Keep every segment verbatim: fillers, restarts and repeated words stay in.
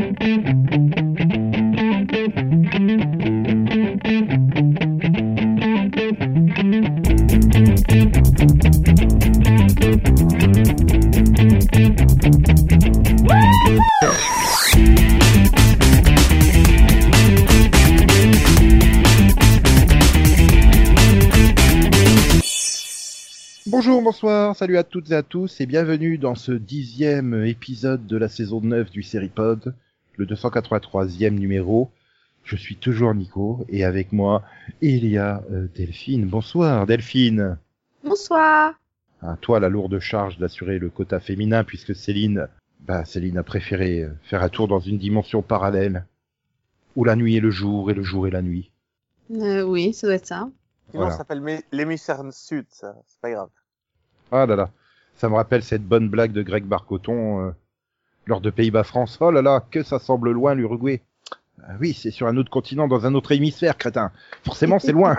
Bonjour, bonsoir, salut à toutes et à tous et bienvenue dans ce dixième épisode de la saison neuf du Seripod, le deux cent quatre-vingt-troisième numéro. Je suis toujours Nico et avec moi il y a euh, Delphine. Bonsoir Delphine. Bonsoir. À toi la lourde charge d'assurer le quota féminin puisque Céline, bah Céline a préféré faire un tour dans une dimension parallèle où la nuit est le jour et le jour est la nuit. Euh, oui, ça doit être ça. Sinon, Voilà. ça s'appelle mé- l'émissaire sud, ça. C'est pas grave. Ah là là, ça me rappelle cette bonne blague de Greg Barcoton euh, lors de Pays-Bas-France. Oh là là, que ça semble loin l'Uruguay. Ah oui, c'est sur un autre continent, dans un autre hémisphère, crétin. Forcément, c'est loin.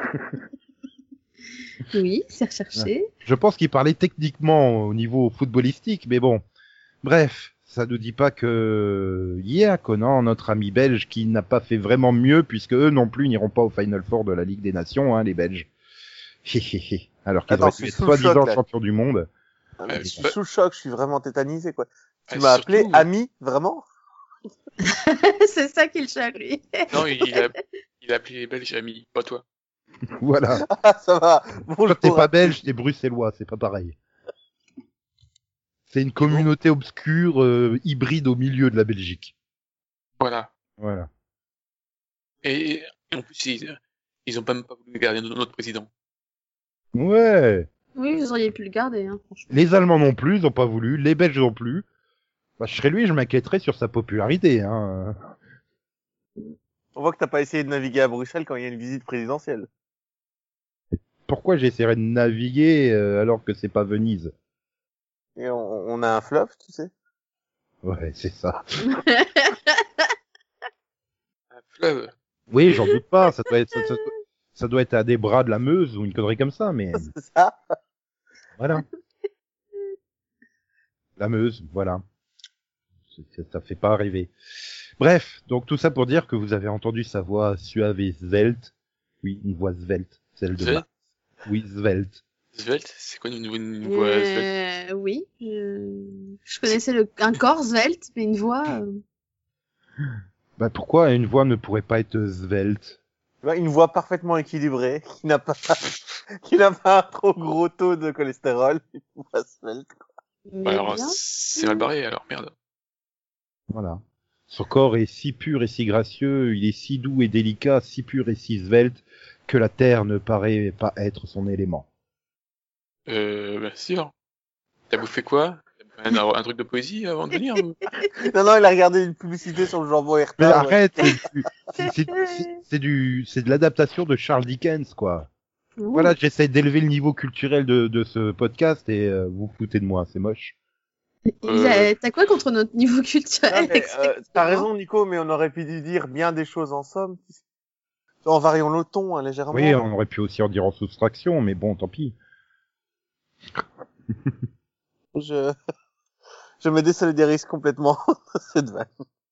Oui, c'est recherché. Je pense qu'il parlait techniquement au niveau footballistique, mais bon. Bref, ça nous dit pas que yeah, Conan, notre ami belge, qui n'a pas fait vraiment mieux, puisque eux non plus n'iront pas au Final Four de la Ligue des Nations, hein, les Belges. Alors qu'ils Attends, auraient je pu suis être sous le soi-disant choc, là. champions du monde. Ah, mais Euh, je suis bah- sous le choc, je suis vraiment tétanisé, quoi. Tu Ah, m'as surtout- appelé ami, vraiment? C'est ça qu'il cherche, lui. Non, il a, il a appelé les Belges amis, pas toi. Voilà. Ah, ça va. Quand Bonjour. t'es pas belge, t'es bruxellois, c'est pas pareil. C'est une communauté obscure, euh, hybride au milieu de la Belgique. Voilà. Voilà. Et, et en plus, ils, ils ont pas même pas voulu garder notre notre président. Ouais. Oui, vous auriez pu le garder, hein, franchement. Les Allemands non plus, ils ont pas voulu. Les Belges non plus. Bah, je serais lui, je m'inquiéterais sur sa popularité, hein. On voit que t'as pas essayé de naviguer à Bruxelles quand il y a une visite présidentielle. Pourquoi j'essaierais de naviguer euh, alors que c'est pas Venise? Et on, on a un fleuve, tu sais. Ouais, c'est ça. Un fleuve. Oui, j'en doute pas. Ça doit être, ça, ça- ça doit être à des bras de la Meuse ou une connerie comme ça, mais C'est ça. voilà. La Meuse, voilà. C'est- Ça fait pas rêver. Bref, donc tout ça pour dire que vous avez entendu sa voix suave et svelte. Oui, une voix svelte, celle de Svelte Max. Oui, svelte. Svelte, c'est quoi une, une, une voix svelte? Euh, oui, je... je connaissais le... un corps svelte, mais une voix... euh, Bah pourquoi une voix ne pourrait pas être svelte? Tu vois, une voix parfaitement équilibrée, qui n'a pas, qui n'a pas un trop gros taux de cholestérol. Une voix svelte, quoi. mais Alors, bien. c'est mal barré, alors, merde. Voilà. Son corps est si pur et si gracieux, il est si doux et délicat, si pur et si svelte, que la terre ne paraît pas être son élément. Euh, bien sûr. T'as bouffé quoi? Un, un truc de poésie avant de venir ou... Non, non, il a regardé une publicité sur le jambon Herta. Mais ouais. arrête, c'est du- c'est- c'est- c'est- c'est du, c'est de l'adaptation de Charles Dickens, quoi. Ouh. Voilà, j'essaie d'élever le niveau culturel de, de ce podcast et euh, vous vous foutez de moi, c'est moche. Il a- T'as quoi contre notre niveau culturel Non, mais, euh, exactement t'as raison, Nico, mais on aurait pu dire bien des choses en somme. En variant le ton, hein, légèrement. Oui, on aurait pu aussi en dire en soustraction, mais bon, tant pis. Je, je me désolidarise complètement de cette vanne.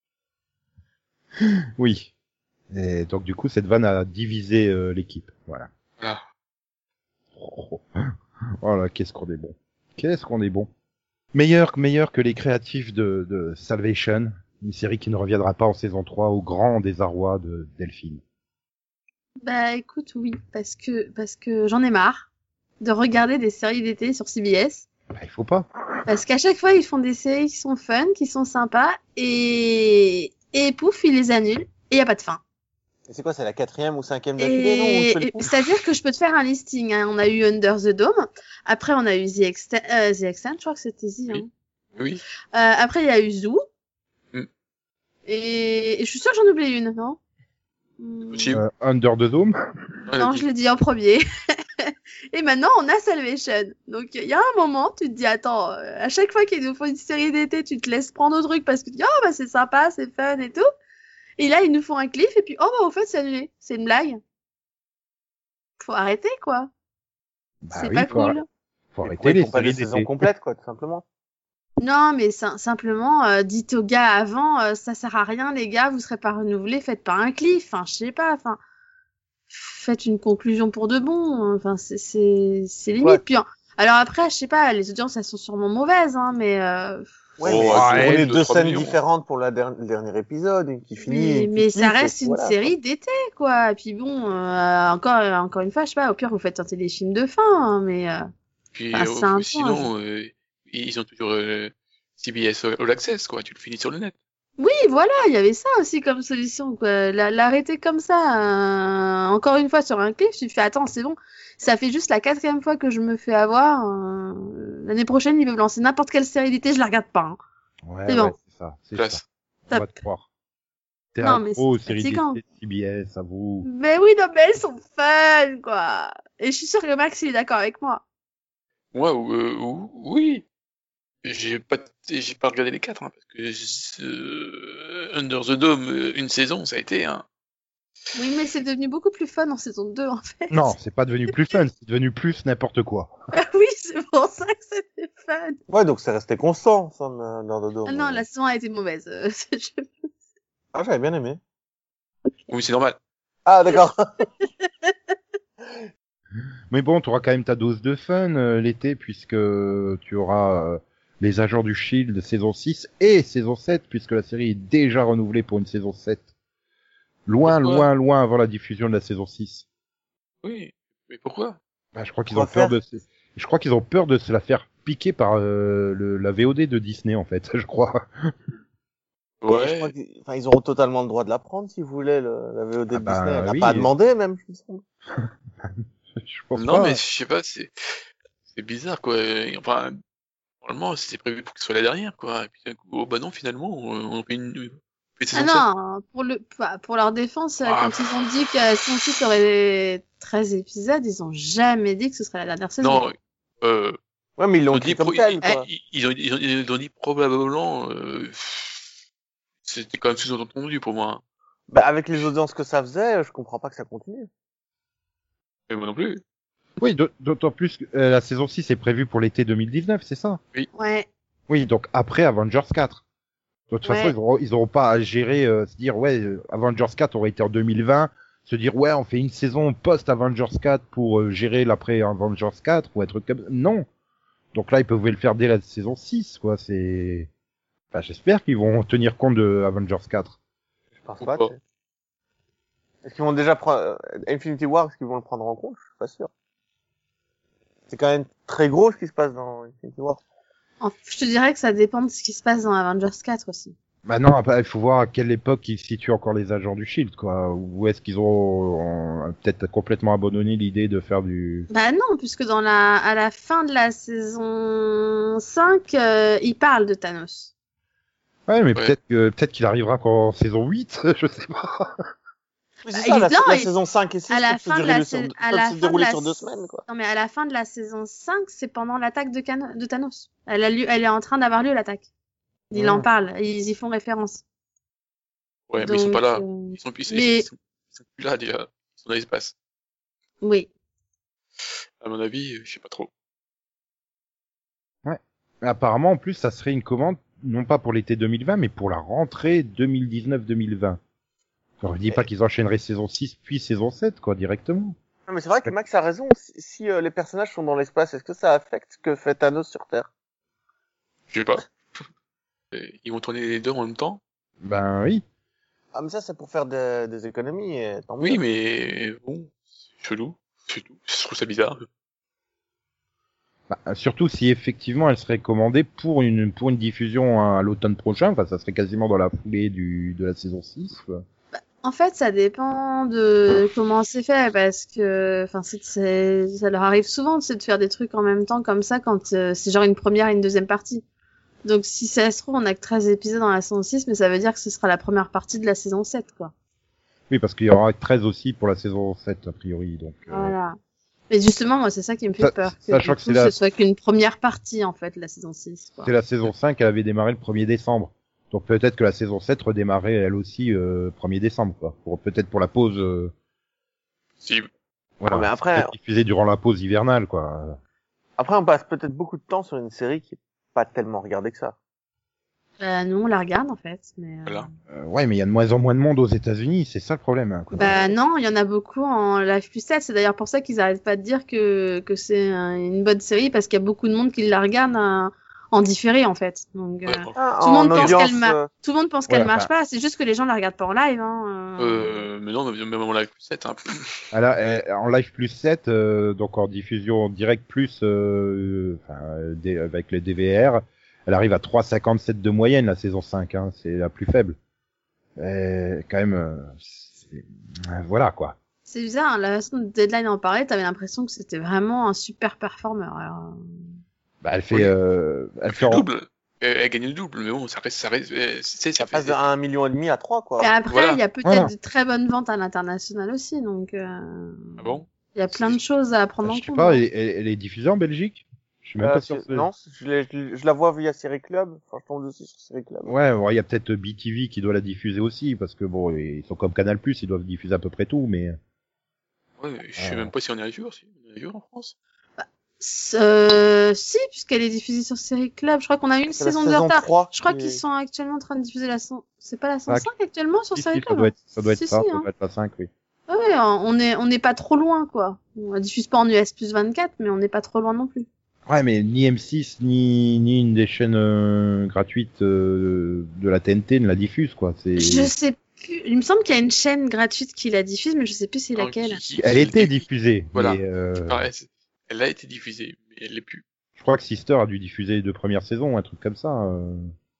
Oui. Et donc du coup, cette vanne a divisé euh, l'équipe. Voilà. Voilà. Oh, oh là, qu'est-ce qu'on est bon. Qu'est-ce qu'on est bon. Meilleur, meilleur que les créatifs de, de Salvation, une série qui ne reviendra pas en saison trois au grand désarroi de Delphine. Bah écoute, oui, parce que parce que j'en ai marre de regarder des séries d'été sur C B S. Bah, il faut pas. Parce qu'à chaque fois, ils font des séries qui sont fun, qui sont sympas, et, et pouf, ils les annulent, et y a pas de fin. Et c'est quoi, c'est la quatrième ou cinquième d'affilée, non? Ou je fais le Et, coup et c'est-à-dire que je peux te faire un listing, hein. On a eu Under the Dome, après on a eu The Extent, euh, The Extent, je crois que c'était The, hein. Oui. Oui. Euh, après il y a eu Zoo. Mm. Et, et je suis sûre que j'en oublie une, non? Hmm. Possible. Euh, Under the Dome. On a Non, dit- je l'ai dit en premier. Et maintenant, on a Salvation. Donc, il y a un moment, tu te dis, attends, euh, à chaque fois qu'ils nous font une série d'été, tu te laisses prendre au truc parce que tu dis, oh, bah, c'est sympa, c'est fun et tout. Et là, ils nous font un cliff et puis, oh, bah, au fait, c'est annulé. C'est une blague. Faut arrêter, quoi. Bah c'est oui, pas faut cool. arr- Faut Et arrêter pourquoi ils les font pas séries des saisons d'été. complètes, quoi, tout simplement. Non, mais sim- simplement, euh, dites aux gars avant, euh, ça sert à rien, les gars, vous serez pas renouvelés, faites pas un cliff, enfin, je sais pas, enfin, faites une conclusion pour de bon, enfin, c'est, c'est, c'est limite. Ouais. Puis, en- alors après, je sais pas, les audiences, elles sont sûrement mauvaises, hein, mais, euh, Ouais, Oh, mais ouais, prenez deux, deux trois scènes millions. différentes pour la der- le dernier épisode, une qui finit, mais, une qui mais ça cliff, et reste puis une voilà, série d'été, quoi. Et puis bon, euh, encore, encore une fois, je sais pas, au pire, vous faites un téléfilm de fin, hein, mais, euh, Puis enfin, euh, c'est un point, je- sinon, euh, ils ont toujours euh, C B S All Access, quoi. Tu le finis sur le net. Oui, voilà, il y avait ça aussi comme solution, quoi. La- L'arrêter comme ça, euh, encore une fois sur un cliff, tu fais, attends, c'est bon. Ça fait juste la quatrième fois que je me fais avoir. euh, L'année prochaine, ils peuvent lancer n'importe quelle série d'été, je la regarde pas. Hein. Ouais, C'est ouais, bon. c'est ça, c'est ça. Classe. On va Top. te croire. T'es Non, un mais pro c'est série fatigant. d'été de C B S, à vous. Mais oui, non, mais elles sont fun, quoi. Et je suis sûre que Max, il est d'accord avec moi. Moi, euh, ou- oui. J'ai pas, j'ai pas regardé les quatre, hein, parce que euh, Under the Dome, euh, une saison, ça a été, hein. Oui, mais c'est devenu beaucoup plus fun en saison deux, en fait. Non, c'est pas devenu plus fun, c'est devenu plus n'importe quoi. Ah oui, c'est pour ça que c'était fun. Ouais, donc c'est resté constant, ça, dans dans le dos. Ah non, la saison a été mauvaise. euh, je- Ah, j'avais bien aimé. Oui, c'est normal. Ah, d'accord. Mais bon, tu auras quand même ta dose de fun euh, l'été, puisque tu auras euh, les agents du Shield saison six et saison sept, puisque la série est déjà renouvelée pour une saison sept. Loin, Pourquoi loin, loin avant la diffusion de la saison six. Oui. Mais pourquoi? Bah, je crois qu'ils Pourquoi ont peur faire de se... je crois qu'ils ont peur de se la faire piquer par euh, le, la V O D de Disney, en fait, je crois. Je crois Ouais. qu'ils enfin, ils auront totalement le droit de la prendre, s'ils voulaient, le, la V O D Ah de bah, Disney. Elle n'a oui. pas demandé, même, je me semble. Je pense Non, pas. mais je sais pas, c'est, c'est bizarre, quoi. Et, enfin, normalement, c'était prévu pour que ce soit la dernière, quoi. Et puis, d'un coup, oh, bah non, finalement, on, on fait une, on fait Ah saison sept. non, pour le bah, pour leur défense, euh, Ah, quand ils ont dit que la saison six aurait treize épisodes, ils ont jamais dit que ce serait la dernière saison. Non, euh, Ouais, mais ils ils l'ont ont dit dit, comme pro- tel, ils, quoi. ils- ils ont, ils ont, ils ont dit probablement, euh, c'était quand même sous-entendu pour moi, hein. Bah, avec les audiences que ça faisait, je comprends pas que ça continue. Mais moi non plus. Oui, d'aut- d'autant plus que euh, la saison six est prévue pour l'été deux mille dix-neuf, c'est ça? Ouais. Oui, donc après Avengers quatre. De toute Ouais. façon, ils auront, ils auront pas à gérer, euh, se dire, ouais, euh, Avengers quatre aurait été en deux mille vingt, se dire, ouais, on fait une saison post-Avengers quatre pour euh, gérer l'après-Avengers quatre ou un truc comme ça. Non. Donc là, ils peuvent le faire dès la saison six, quoi. C'est... Enfin, j'espère qu'ils vont tenir compte de Avengers quatre. Je pense Ou pas, pas. tu sais. Est-ce qu'ils vont déjà prendre, euh, Infinity War, est-ce qu'ils vont le prendre en compte? Je suis pas sûr. C'est quand même très gros ce qui se passe dans Infinity War. En- Je te dirais que ça dépend de ce qui se passe dans Avengers quatre aussi. Bah non, après, il faut voir à quelle époque ils situent encore les agents du Shield, quoi. Ou est-ce qu'ils ont euh, peut-être complètement abandonné l'idée de faire du... Bah non, puisque dans la à la fin de la saison cinq, euh, ils parlent de Thanos. Ouais, mais Ouais. peut-être que peut-être qu'il arrivera qu'en saison huit, je sais pas. Mais Bah, c'est ça, la, évidemment, la il- saison cinq et six à la peuvent se fin de dérouler la sur, sa- peuvent à la se fin de dérouler la sur deux s- semaines, quoi. Non mais à la fin de la saison cinq, c'est pendant l'attaque de, Can- de Thanos. Elle a lieu, elle est en train d'avoir lieu l'attaque. Ils en Mmh. parlent, ils y font référence. Ouais, mais ils sont pas Donc, là. euh, Ils sont, ils, sont- mais- ils sont, ils sont plus là, déjà. Ils sont dans l'espace. Oui. À mon avis, euh, je sais pas trop. Apparemment, en plus, ça serait une commande, non pas pour l'été deux mille vingt, mais pour la rentrée deux mille dix-neuf deux mille vingt. Alors, je dis pas qu'ils enchaîneraient saison six puis saison sept, quoi, directement. Non, mais c'est vrai que Max a raison. Si, si, euh, les personnages sont dans l'espace, est-ce que ça affecte ce que fait Thanos sur Terre? Je sais pas. Euh, Ils vont tourner les deux en même temps. Ben oui. Ah, mais ça, c'est pour faire des, des économies, et tant mieux. Oui, mais bon, c'est chelou. C'est tout. Je trouve ça bizarre. Bah, surtout si effectivement elle serait commandée pour une pour une diffusion à l'automne prochain, enfin ça serait quasiment dans la foulée du de la saison six, quoi. En fait, ça dépend de comment c'est fait, parce que, enfin, c'est, c'est- ça leur arrive souvent c'est de faire des trucs en même temps comme ça quand euh, c'est genre une première et une deuxième partie. Donc, si ça se trouve, on a que treize épisodes dans la saison six, mais ça veut dire que ce sera la première partie de la saison sept, quoi. Oui, parce qu'il y aura treize aussi pour la saison sept a priori, donc. euh, Voilà. Mais justement, moi, c'est ça qui me fait Sa- peur. Que, sachant du que coup, c'est la- ce soit qu'une première partie, en fait, la saison six, quoi. C'est la saison cinq, elle avait démarré le premier décembre. Donc peut-être que la saison sept redémarrait elle aussi euh, premier décembre, quoi. Pour peut-être pour la pause. euh, Si. voilà. Ouais, mais après- Peut-être diffusée durant la pause hivernale, quoi. Après, on passe peut-être beaucoup de temps sur une série qui est pas tellement regardée que ça. Bah, nous, on la regarde, en fait. Mais, euh, Voilà. Euh, ouais, mais il y a de moins en moins de monde aux États-Unis, c'est ça le problème. Hein, quoi. Bah, non, il y en a beaucoup en Live plus sept. C'est d'ailleurs pour ça qu'ils arrêtent pas de dire que, que c'est un- une bonne série, parce qu'il y a beaucoup de monde qui la regarde euh, en différé, en fait. Donc, euh, Ouais, Ah, tout le monde en pense audience, qu'elle ma- euh, tout le monde pense Ouais, qu'elle marche enfin- pas. C'est juste que les gens la regardent pas en live, hein. euh. Euh, mais non, même en live plus sept, hein. Alors, euh, en live plus sept, euh, donc en diffusion direct plus, euh, enfin, euh, des- avec les D V R, elle arrive à trois virgule cinquante-sept de moyenne la saison cinq, hein, c'est la plus faible. Euh, quand même, euh, c'est- euh, voilà quoi. C'est bizarre, hein, la façon dont Deadline en parlait, t'avais l'impression que c'était vraiment un super performeur. Alors, euh, Bah, elle fait, Oui. euh, elle Elle fait fait le en- double. Elle, elle gagne le double, mais bon, ça reste, ça reste, euh, c'est, ça ça passe fait, de un million et demi à trois, quoi. Et après, Voilà. il y a peut-être Voilà. de très bonnes ventes à l'international aussi, donc euh, ah bon? il y a plein de choses à prendre je en sais compte. pas, hein. elle, elle- elle est diffusée en Belgique? Je suis même Euh, pas sûr. c'est- que- Non, je, l'ai- je, je la vois via Série Club. Enfin, je tombe dessus sur Série Club. Ouais, bon, il y a peut-être B T V qui doit la diffuser aussi, parce que bon, ils sont comme Canal+, ils doivent diffuser à peu près tout, mais Ouais, mais je sais Euh. même pas si on est à jour, si on est à jour en France. Euh, si, puisqu'elle est diffusée sur Série Club. Je crois qu'on a une C'est la saison de saison retard. trois Je crois qui qu'ils est- sont actuellement en train de diffuser la saison. C'est pas la saison Cinq. cinq actuellement sur si, Série si, ça Club. doit être, ça doit être Si, ça, si, ça hein. doit être la cinq, oui. Ah ouais, on est on n'est pas trop loin, quoi. On la diffuse pas en U S plus vingt-quatre, mais on n'est pas trop loin non plus. Ouais, mais ni M six, ni, ni une des chaînes euh, gratuites euh, de la T N T ne la diffuse, quoi. C'est... Je sais plus. Il me semble qu'il y a une chaîne gratuite qui la diffuse, mais je sais plus c'est Non, laquelle. qui- qui- Elle qui- était qui- diffusée, Voilà. mais euh, Pareil, c'est- elle a été diffusée, mais elle l'est plus. je crois que Sister a dû diffuser les deux premières saisons, un truc comme ça. Euh...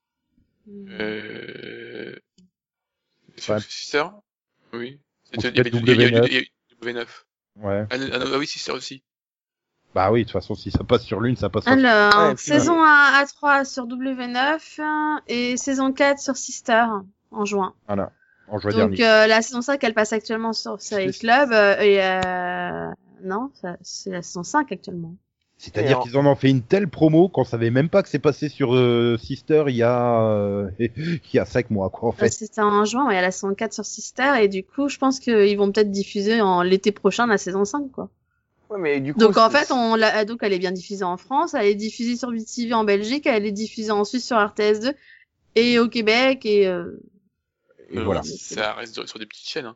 Euh... Ouais. Sister? Oui. Ou C'était- Il y avait peut-être du- il y a eu W neuf. du- il y a eu du W neuf. Ouais. Ah, ah, non, ah oui, Sister aussi. Bah oui, de toute façon, si ça passe sur l'une, ça passe sur Alors, Ouais, et puis, saison un à trois sur W neuf euh, et saison quatre sur Sister en juin. Voilà. En juin Donc dernier. euh, la saison cinq, elle passe actuellement sur Série Club euh, et euh... non, ça- c'est la saison cinq actuellement. C'est-à-dire et en- qu'ils en ont fait une telle promo qu'on savait même pas que c'est passé sur euh, Sister il y a euh, il y a cinq mois, quoi, en Euh, fait. C'était en juin, ouais, il y a la saison quatre sur Sister et du coup, je pense qu'ils vont peut-être diffuser en l'été prochain la saison cinq, quoi. Ouais, mais du coup, Donc en c'est- fait, on l'a, donc elle est bien diffusée en France, elle est diffusée sur B T V en Belgique, elle est diffusée en Suisse sur R T S deux et au Québec et euh... Et Euh, voilà. Ça reste sur- sur des petites chaînes. Hein.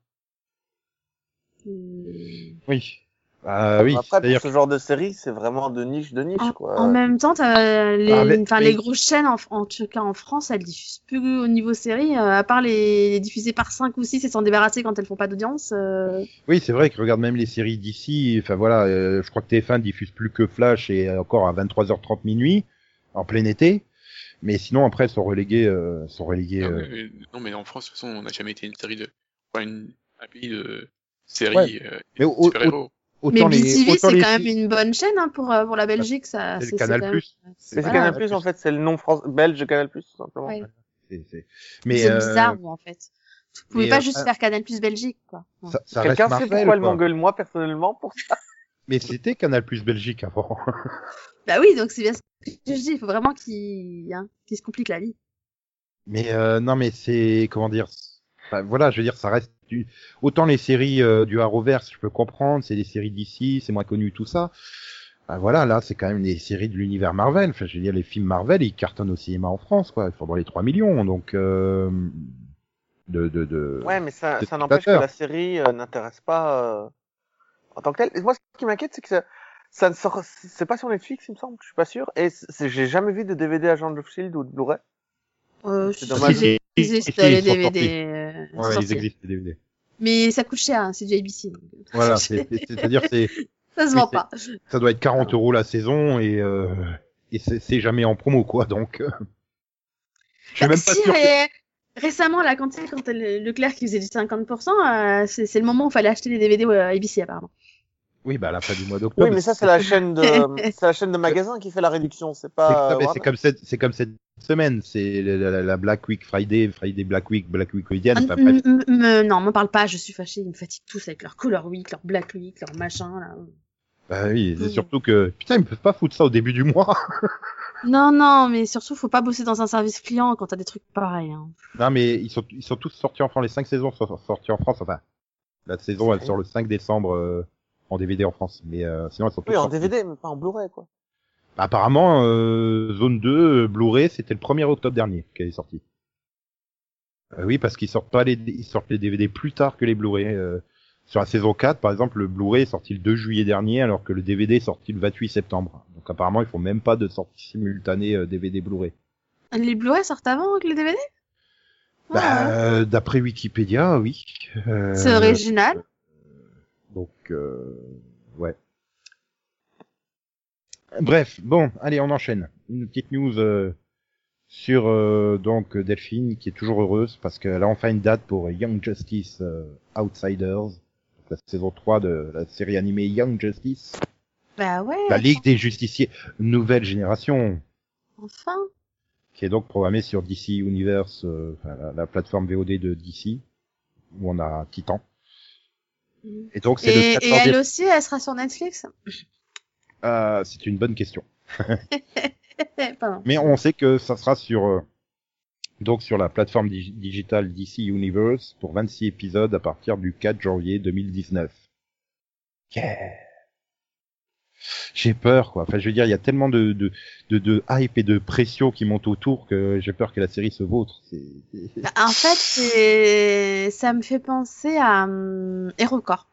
hum, Oui. Ah oui, après, pour c'est-à-dire ce genre de série, c'est vraiment de niche de niche, En, quoi. en même temps, t'as les, Ah, mais- enfin, mais- les grosses chaînes, en, en tout cas en France, elles diffusent plus au niveau série, euh, à part les, les diffuser par cinq ou six et s'en débarrasser quand elles font pas d'audience. Euh... oui, c'est vrai que regarde même les séries d'ici, enfin voilà, euh, je crois que T F un diffuse plus que Flash et encore à vingt-trois heures trente minuit en plein été. Mais sinon après elles sont reléguées euh, sont reléguées Ah, euh, oui, oui. Non, mais en France, de toute façon, on n'a jamais été une série de, enfin, une, un pays de séries, Ouais. euh, Mais au- au- super-héros. Mais autant B les T V, autant c'est les quand même fi- une bonne chaîne hein, pour, euh, pour la Belgique. Ça, c'est le c'est Canal+. quand même- Mais c'est voilà. Canal Plus, en fait, c'est le nom France... belge Canal Plus, tout simplement. Ouais. c'est- c'est- Mais mais c'est euh, bizarre, vous, en fait. Vous pouvez mais, pas euh, juste euh, faire Canal Plus Belgique, quoi. Ouais. ça, ça reste Quelqu'un sait Marvel, pourquoi elle quoi. m'engueule moi, personnellement, pour ça? Mais c'était Canal Plus Belgique avant. Bah oui, donc c'est bien ce que je dis. Il faut vraiment qu'il hein, qu'il se complique la vie. Mais euh, non, mais c'est comment dire. Enfin, voilà, je veux dire, ça reste du... autant les séries euh, du Arrowverse, je peux comprendre, c'est des séries d'ici, c'est moins connu tout ça. Ben voilà, là, c'est quand même des séries de l'univers Marvel. Enfin, je veux dire, les films Marvel, ils cartonnent au cinéma en France, quoi. Ils font dans les trois millions, donc euh... de de de. Ouais, mais ça, de ça n'empêche que spectateurs. la série euh, n'intéresse pas euh, en tant que telle. Et moi, ce qui m'inquiète, c'est que ça, ça ne sort, c'est pas sur Netflix, il me semble, je suis pas sûr. Et c'est, j'ai jamais vu de D V D Agent of Shield ou de Blu-ray. Euh, C'est si, dommage. ils Si, existent, si, les ils sont D V D. sortis. euh, Ouais, sont ils sortis. existent les D V D. Mais ça coûte cher, hein, c'est du A B C. Donc... Voilà, c'est, c'est- c'est-à-dire c'est, Ça se oui, vend c'est- pas. ça doit être quarante euros la saison et euh, et c'est, c'est jamais en promo, quoi. Donc, euh, je suis Bah, même pas si, sûr. que- ré- Récemment, là, quand, tu sais, quand le- Leclerc qui faisait du cinquante pour cent, euh, c'est c'est le moment où il fallait acheter les D V D euh, A B C, apparemment. Oui, bah à la fin du mois d'octobre. Oui, mais ça, c'est la chaîne de, c'est la chaîne de magasins qui fait la réduction, c'est C'est, pas. ah, euh, mais Warner. c'est comme cette, c'est comme cette semaine, c'est la, la- la Black Week Friday, Friday Black Week, Black Week Weekend. Enfin, Ah, bref. m- m- m- non, m'en parle pas, je suis fâchée, ils me fatiguent tous avec leur Color Week, leur Black Week, leur machin, là. Bah oui, c'est Mm. surtout que putain, ils peuvent pas foutre ça au début du mois. Non, non, mais surtout, faut pas bosser dans un service client quand t'as des trucs pareils, hein. Non, mais ils sont, ils sont tous sortis en France. Les cinq saisons sont sorties en France. Enfin, la saison, elle sort le cinq décembre euh, en D V D en France. Mais euh, sinon, elles sont tous Oui, en sorties. D V D, mais pas en Blu-ray, quoi. Apparemment, euh, Zone deux, euh, Blu-ray, c'était le premier octobre dernier qu'elle est sortie. Euh, oui, parce qu'ils sortent pas les, ils sortent les D V D plus tard que les Blu-ray. Euh, sur la saison quatre, par exemple, le Blu-ray est sorti le deux juillet dernier, alors que le D V D est sorti le vingt-huit septembre. Donc apparemment, ils font même pas de sortie simultanée euh, D V D Blu-ray. Les Blu-ray sortent avant que les D V D? Bah, Ah, euh, d'après Wikipédia, oui. Euh, c'est original. Donc, euh, ouais. Bref, bon, allez, on enchaîne. Une petite news euh, sur euh, donc Delphine qui est toujours heureuse parce qu'elle a enfin une date pour Young Justice euh, Outsiders, donc la saison trois de la série animée Young Justice, Bah ouais. la Ligue des Justiciers nouvelle génération, Enfin. qui est donc programmée sur D C Universe, euh, enfin, la, la plateforme V O D de D C, où on a Titan. Et donc c'est Et, le et quatorzième elle aussi, elle sera sur Netflix? Euh, c'est une bonne question. Pardon. Mais on sait que ça sera sur euh, donc sur la plateforme dig- digitale D C Universe pour vingt-six épisodes à partir du quatre janvier deux mille dix-neuf. Yeah. J'ai peur, quoi. Enfin, je veux dire, il y a tellement de, de, de, de hype et de pression qui montent autour que j'ai peur que la série se vautre. C'est, c'est... Bah, en fait, c'est... ça me fait penser à hum, HeroCorp.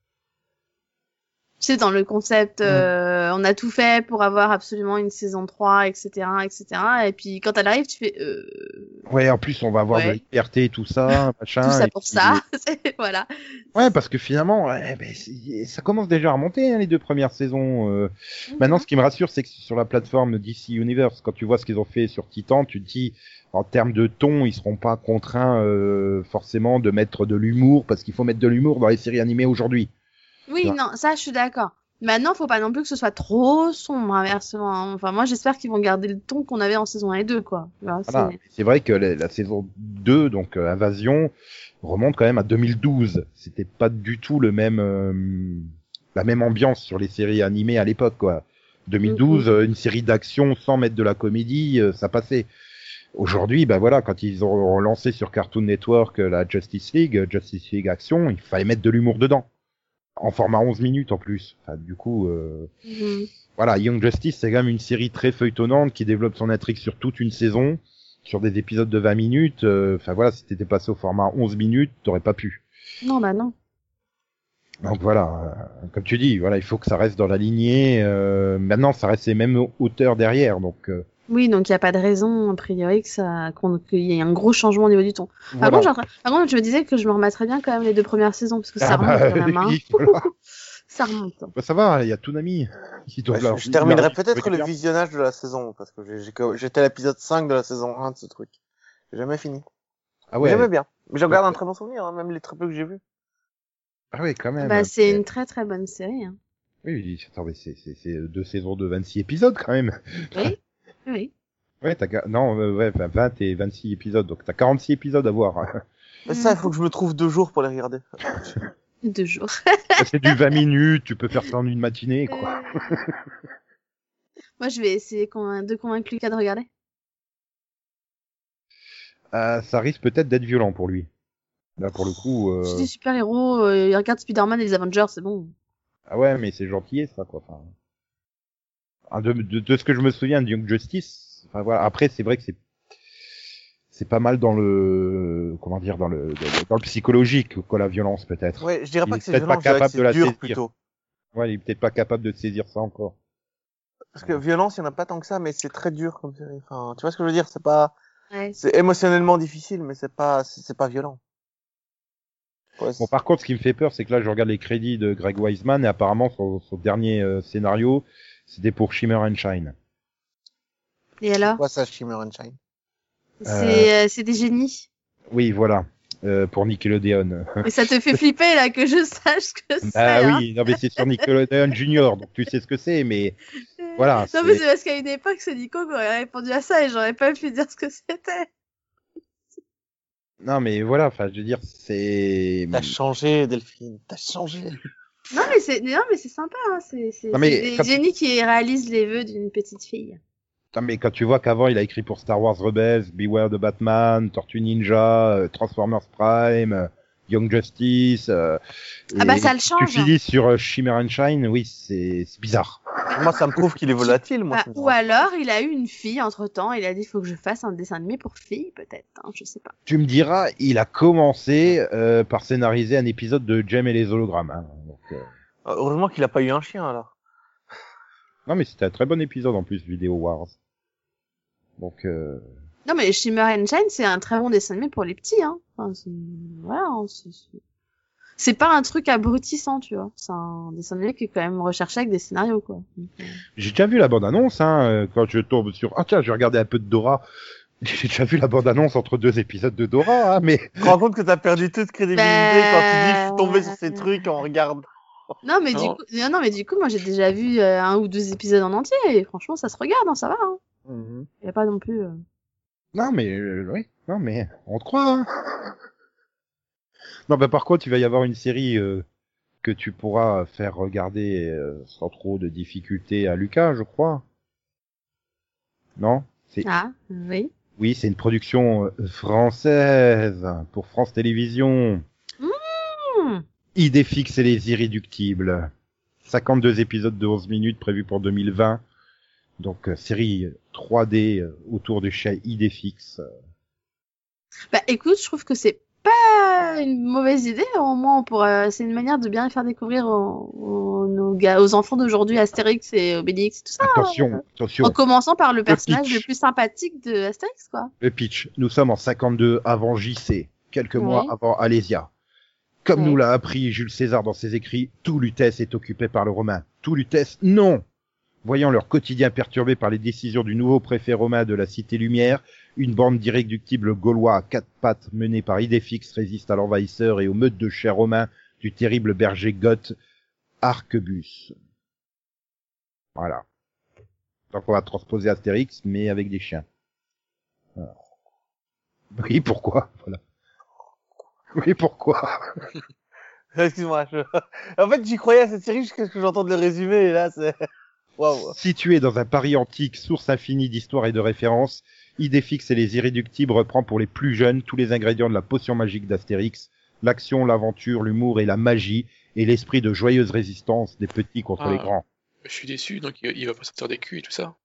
Tu sais, dans le concept, euh, on a tout fait pour avoir absolument une saison trois, et cetera, et cetera. Et puis, quand elle arrive, tu fais, euh... Ouais, en plus, on va avoir Ouais. de la liberté et tout ça, machin. tout ça et pour puis- ça. C'est- voilà. Ouais, parce que finalement, ouais, ben, c'est- ça commence déjà à remonter, hein, les deux premières saisons. euh. Maintenant, ce qui me rassure, c'est que sur la plateforme D C Universe, quand tu vois ce qu'ils ont fait sur Titan, tu te dis, en termes de ton, ils seront pas contraints euh, forcément de mettre de l'humour, parce qu'il faut mettre de l'humour dans les séries animées aujourd'hui. Oui, Ouais. non, ça, je suis d'accord. Maintenant, faut pas non plus que ce soit trop sombre, inversement. hein. Enfin, moi, j'espère qu'ils vont garder le ton qu'on avait en saison un et deux, quoi. Tu vois, Voilà. c'est- C'est vrai que la, la saison deux, donc euh, Invasion, remonte quand même à deux mille douze. C'était pas du tout le même, euh, la même ambiance sur les séries animées à l'époque, quoi. deux mille douze, euh, une série d'action sans mettre de la comédie, euh, ça passait. Aujourd'hui, ben voilà, quand ils ont lancé sur Cartoon Network euh, la Justice League, euh, Justice League Action, il fallait mettre de l'humour dedans. En format onze minutes en plus. Enfin, du coup, euh, Mhm. voilà, Young Justice, c'est quand même une série très feuilletonnante qui développe son intrigue sur toute une saison, sur des épisodes de vingt minutes. euh, Enfin voilà, si t'étais passé au format onze minutes, t'aurais pas pu. Non, bah non. Donc voilà, euh, comme tu dis, voilà, il faut que ça reste dans la lignée. Euh, maintenant, ça reste les mêmes auteurs derrière, donc euh, Oui, donc il n'y a pas de raison, a priori, que ça, qu'on, qu'il y ait un gros changement au niveau du ton. Par, voilà. contre, j'ai en train- Par contre, je me disais que je me remettrais bien quand même les deux premières saisons, parce que ça Ah remonte bah, quand même, hein. oui, voilà. Ça remonte. Bah, ça va, il y a Toonami qui doit Ouais, leur- je, je terminerai leur- peut-être le régulièrement. visionnage de la saison, parce que j'ai- j'ai- j'étais à l'épisode cinq de la saison un de ce truc. J'ai jamais fini. Ah Mais ouais, j'aimais bien. Mais j'en garde un très bon souvenir, hein, même les très peu que j'ai vus. ah ouais, quand même. Bah, c'est une très très bonne série, hein. Oui, oui, attends, mais c'est c'est c'est deux saisons de vingt-six épisodes quand même. Oui. Oui. Ouais, t'as ga- non, euh, ouais, enfin, vingt et vingt-six épisodes, donc t'as quarante-six épisodes à voir. hein. Mais ça, il faut que je me trouve deux jours pour les regarder. Deux jours. C'est du vingt minutes, tu peux faire ça en une matinée, quoi. Euh, Moi, je vais essayer convain- de convaincre Lucas de regarder. Euh, ça risque peut-être d'être violent pour lui. Là, pour le coup, euh... C'est des super-héros, euh, il regarde Spider-Man et les Avengers, c'est bon. ah ouais, mais c'est gentil, ça, quoi. Enfin, ah, de, de, de ce que je me souviens de Young Justice, enfin voilà. Après, c'est vrai que c'est c'est pas mal dans le comment dire dans le dans, dans le psychologique, quoi, la violence peut-être. Ouais, je dirais Il pas est que c'est peut-être violent, pas je dirais que capable de la c'est dur saisir. plutôt. Ouais, il est peut-être pas capable de saisir ça encore. Parce que violence, il y en a pas tant que ça, mais c'est très dur comme série. Enfin, tu vois ce que je veux dire? C'est pas, Ouais. c'est émotionnellement difficile, mais c'est pas, c'est c'est pas violent. Ouais, Bon, par contre, ce qui me fait peur, c'est que là, je regarde les crédits de Greg Weisman et apparemment, son, son dernier euh, scénario, c'était pour Shimmer and Shine. Et alors? quoi ça, Shimmer and Shine? C'est, euh, c'est des génies. Oui, voilà, euh, pour Nickelodeon. Et ça te fait flipper, là, que je sache ce que c'est. Ah hein. oui, non mais c'est sur Nickelodeon Junior, donc tu sais ce que c'est, mais voilà. Non, c'est- mais c'est parce qu'à une époque, c'est Nico qui aurait répondu à ça et j'aurais pas pu dire ce que c'était. Non mais voilà, enfin, je veux dire, c'est. T'as changé, Delphine. T'as changé. Non, mais c'est, non, mais c'est sympa, hein. C'est, c'est, Non, mais c'est des quand- génies qui réalisent les vœux d'une petite fille. Non mais quand tu vois qu'avant, il a écrit pour Star Wars Rebels, Beware the Batman, Tortue Ninja, euh, Transformers Prime, euh, Young Justice. euh, Ah bah, et ça le Tu change. finis sur euh, Shimmer and Shine, oui, c'est c'est bizarre. Moi, ça me prouve qu'il est volatile, moi. Bah, ça me ou dérange. alors, il a eu une fille entre-temps, il a dit, faut que je fasse un dessin animé pour filles, peut-être, hein, je sais pas. Tu me diras, il a commencé euh, par scénariser un épisode de Jem et les hologrammes. Hein. Donc, euh... Heureusement qu'il a pas eu un chien, alors. Non, mais c'était un très bon épisode en plus, Vidéo Wars. Donc, euh... Non, mais Shimmer and Shine, c'est un très bon dessin animé pour les petits, hein. Enfin, c'est... Voilà, hein, c'est... c'est- c'est pas un truc abrutissant, tu vois. C'est un dessin animé qui est quand même recherché avec des scénarios, quoi. Donc, euh, j'ai déjà vu la bande-annonce, hein, euh, quand je tombe sur... Ah tiens, je vais regarder un peu de Dora. J'ai déjà vu la bande-annonce entre deux épisodes de Dora, hein, mais... Tu te rends compte que t'as perdu toute crédibilité Bah, quand tu dis je suis tombé sur ces trucs en regardant. Non, mais du Non. coup, non, non, mais du coup, moi, j'ai déjà vu euh, un ou deux épisodes en entier, et franchement, ça se regarde, hein, ça va, hein. Mhm. Y a pas non plus, euh... Non, mais... Euh, oui, non, mais... On te croit, hein. Non, bah par contre, il va y avoir une série euh, que tu pourras faire regarder euh, sans trop de difficultés à Lucas, je crois. Non? C'est... Ah, oui. Oui, c'est une production euh, française pour France Télévisions. Hmm. Idéfix et les Irréductibles. cinquante-deux épisodes de onze minutes prévus pour deux mille vingt. Donc, euh, série trois D euh, autour du chat Idéfix. Bah, écoute, je trouve que c'est pas une mauvaise idée. Au moins, on pourra... c'est une manière de bien faire découvrir aux, aux, nos gars, aux enfants d'aujourd'hui Astérix et Obélix et tout ça. Attention, attention. En commençant par le personnage pitch. le plus sympathique de Astérix, quoi. Le pitch. Nous sommes en cinquante-deux avant J C, quelques Ouais. mois avant Alésia. Comme Ouais. nous l'a appris Jules César dans ses écrits, tout Lutèce est occupé par le Romain. Tout Lutèce, non! Voyant leur quotidien perturbé par les décisions du nouveau préfet romain de la Cité Lumière, une bande d'irréductibles gaulois à quatre pattes menée par Idéfix résiste à l'envahisseur et aux meutes de chers romains du terrible berger goth Arquebus. Voilà. Donc on va transposer Astérix, mais avec des chiens. Voilà. Oui, pourquoi? Voilà. Oui, pourquoi? Excuse-moi. Je... En fait, j'y croyais à cette série jusqu'à ce que j'entende le résumé et là, c'est... Waouh. Situé dans un Paris antique, source infinie d'histoire et de références, Idéfix et les Irréductibles reprend pour les plus jeunes tous les ingrédients de la potion magique d'Astérix, l'action, l'aventure, l'humour et la magie, et l'esprit de joyeuse résistance des petits contre Ah. les grands. Je suis déçu, donc il, il va pas sortir des culs et tout ça.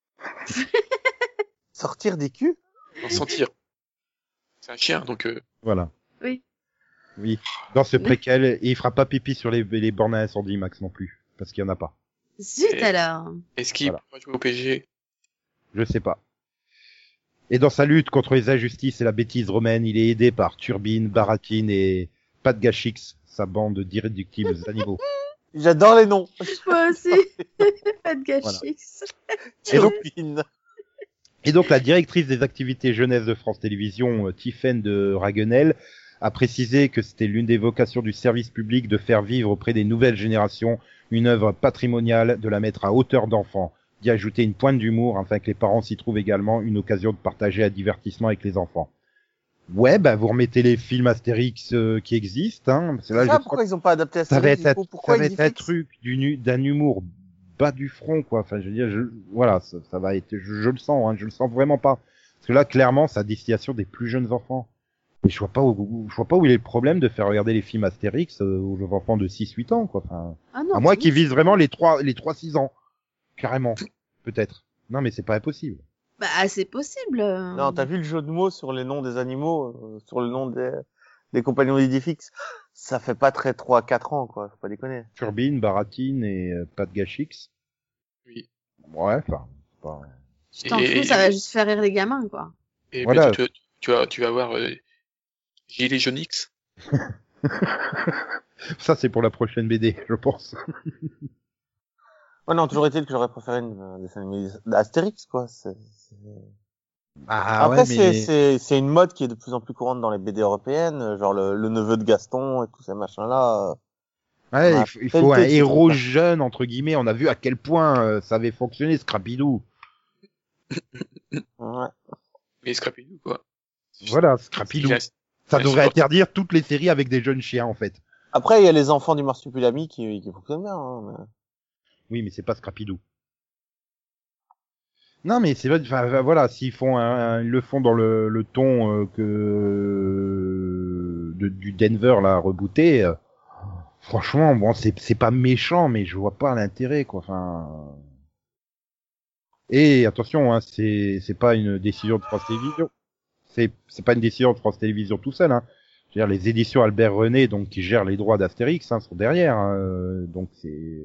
Sortir des culs? En sentir. C'est un chien, donc euh, Voilà. Oui. Oui. Dans ce préquel, et il fera pas pipi sur les, les bornes à incendie, Max, non plus. Parce qu'il y en a pas. Zut, Et- alors. est-ce qu'il Voilà. pourra jouer au P S G? Je sais pas. Et dans sa lutte contre les injustices et la bêtise romaine, il est aidé par Turbine, Baratine et Padgachix, sa bande d'irréductibles animaux. J'adore les noms. Moi aussi. Pas de gâchis. Et donc, Turbine. Et donc la directrice des activités jeunesse de France Télévisions, euh, Tiffaine de Raguenel, a précisé que c'était l'une des vocations du service public de faire vivre auprès des nouvelles générations une œuvre patrimoniale, de la mettre à hauteur d'enfant, d'y ajouter une pointe d'humour afin que les parents s'y trouvent également une occasion de partager un divertissement avec les enfants. Ouais, bah vous remettez les films Astérix euh, qui existent, hein. Parce que là, C'est ça, je pourquoi crois ils ont pas adapté que ça va Astérix être, du un- coup Pourquoi ça va ils être un diffusent truc d'une- d'un humour bas du front, quoi. Enfin, je veux dire, je, voilà, ça, ça va être, je, je le sens, hein, je le sens vraiment pas. Parce que là, clairement, c'est à destination des plus jeunes enfants. Et je vois pas où, je vois pas où il est le problème de faire regarder les films Astérix euh, aux enfants de six huit ans, quoi. Enfin, Ah non, à moins c'est qu'ils ouf. visent vraiment les trois, les trois six ans. Carrément. Peut-être. Non, mais c'est pas impossible. Bah, c'est possible. euh. Non, t'as vu le jeu de mots sur les noms des animaux, euh, sur le nom des, des compagnons d'Idéfix? Ça fait pas très trois quatre ans, quoi. Faut pas déconner. Turbine, Baratine et euh, Padgachix. Oui. Ouais, enfin, c'est pas... Tu t'en Et- fous, ça va juste faire rire les gamins, quoi. Et Voilà. bientôt, tu, tu vas, tu vas voir euh, Gilet jaune X. Ça, c'est pour la prochaine B D, je pense. Ouais, non, toujours est-il que j'aurais préféré une, un dessin animé d'Astérix, quoi. C'est, c'est... Ah Après, ouais, c'est, mais... c'est, c'est une mode qui est de plus en plus courante dans les B D européennes, euh, genre le, le neveu de Gaston et tous ces machins-là. euh. Ouais, Ouais, il faut, il faut un tel que- héros jeune, entre guillemets. On a vu à quel point euh, ça avait fonctionné, Scrappy-Doo. Ouais. Mais Scrappy-Doo, quoi. Voilà, Scrappy-Doo. Il a- Ça il a devrait supporté- interdire toutes les séries avec des jeunes chiens, en fait. Après, il y a les enfants du Marsupilami qui, qui fonctionnent bien, hein, mais... Oui, mais c'est pas Scrappy-Doo. Non, mais c'est vrai, enfin, voilà, s'ils font un, un- ils le font dans le, le ton euh, que de, du Denver là rebooté, euh, franchement, bon, c'est c'est pas méchant, mais je vois pas l'intérêt, quoi. Enfin, Et attention, hein, c'est c'est pas une décision de France Télévisions. C'est c'est pas une décision de France Télévisions tout seul. Hein. Je veux dire, les éditions Albert René, donc qui gèrent les droits d'Astérix, hein, sont derrière. Hein, donc c'est.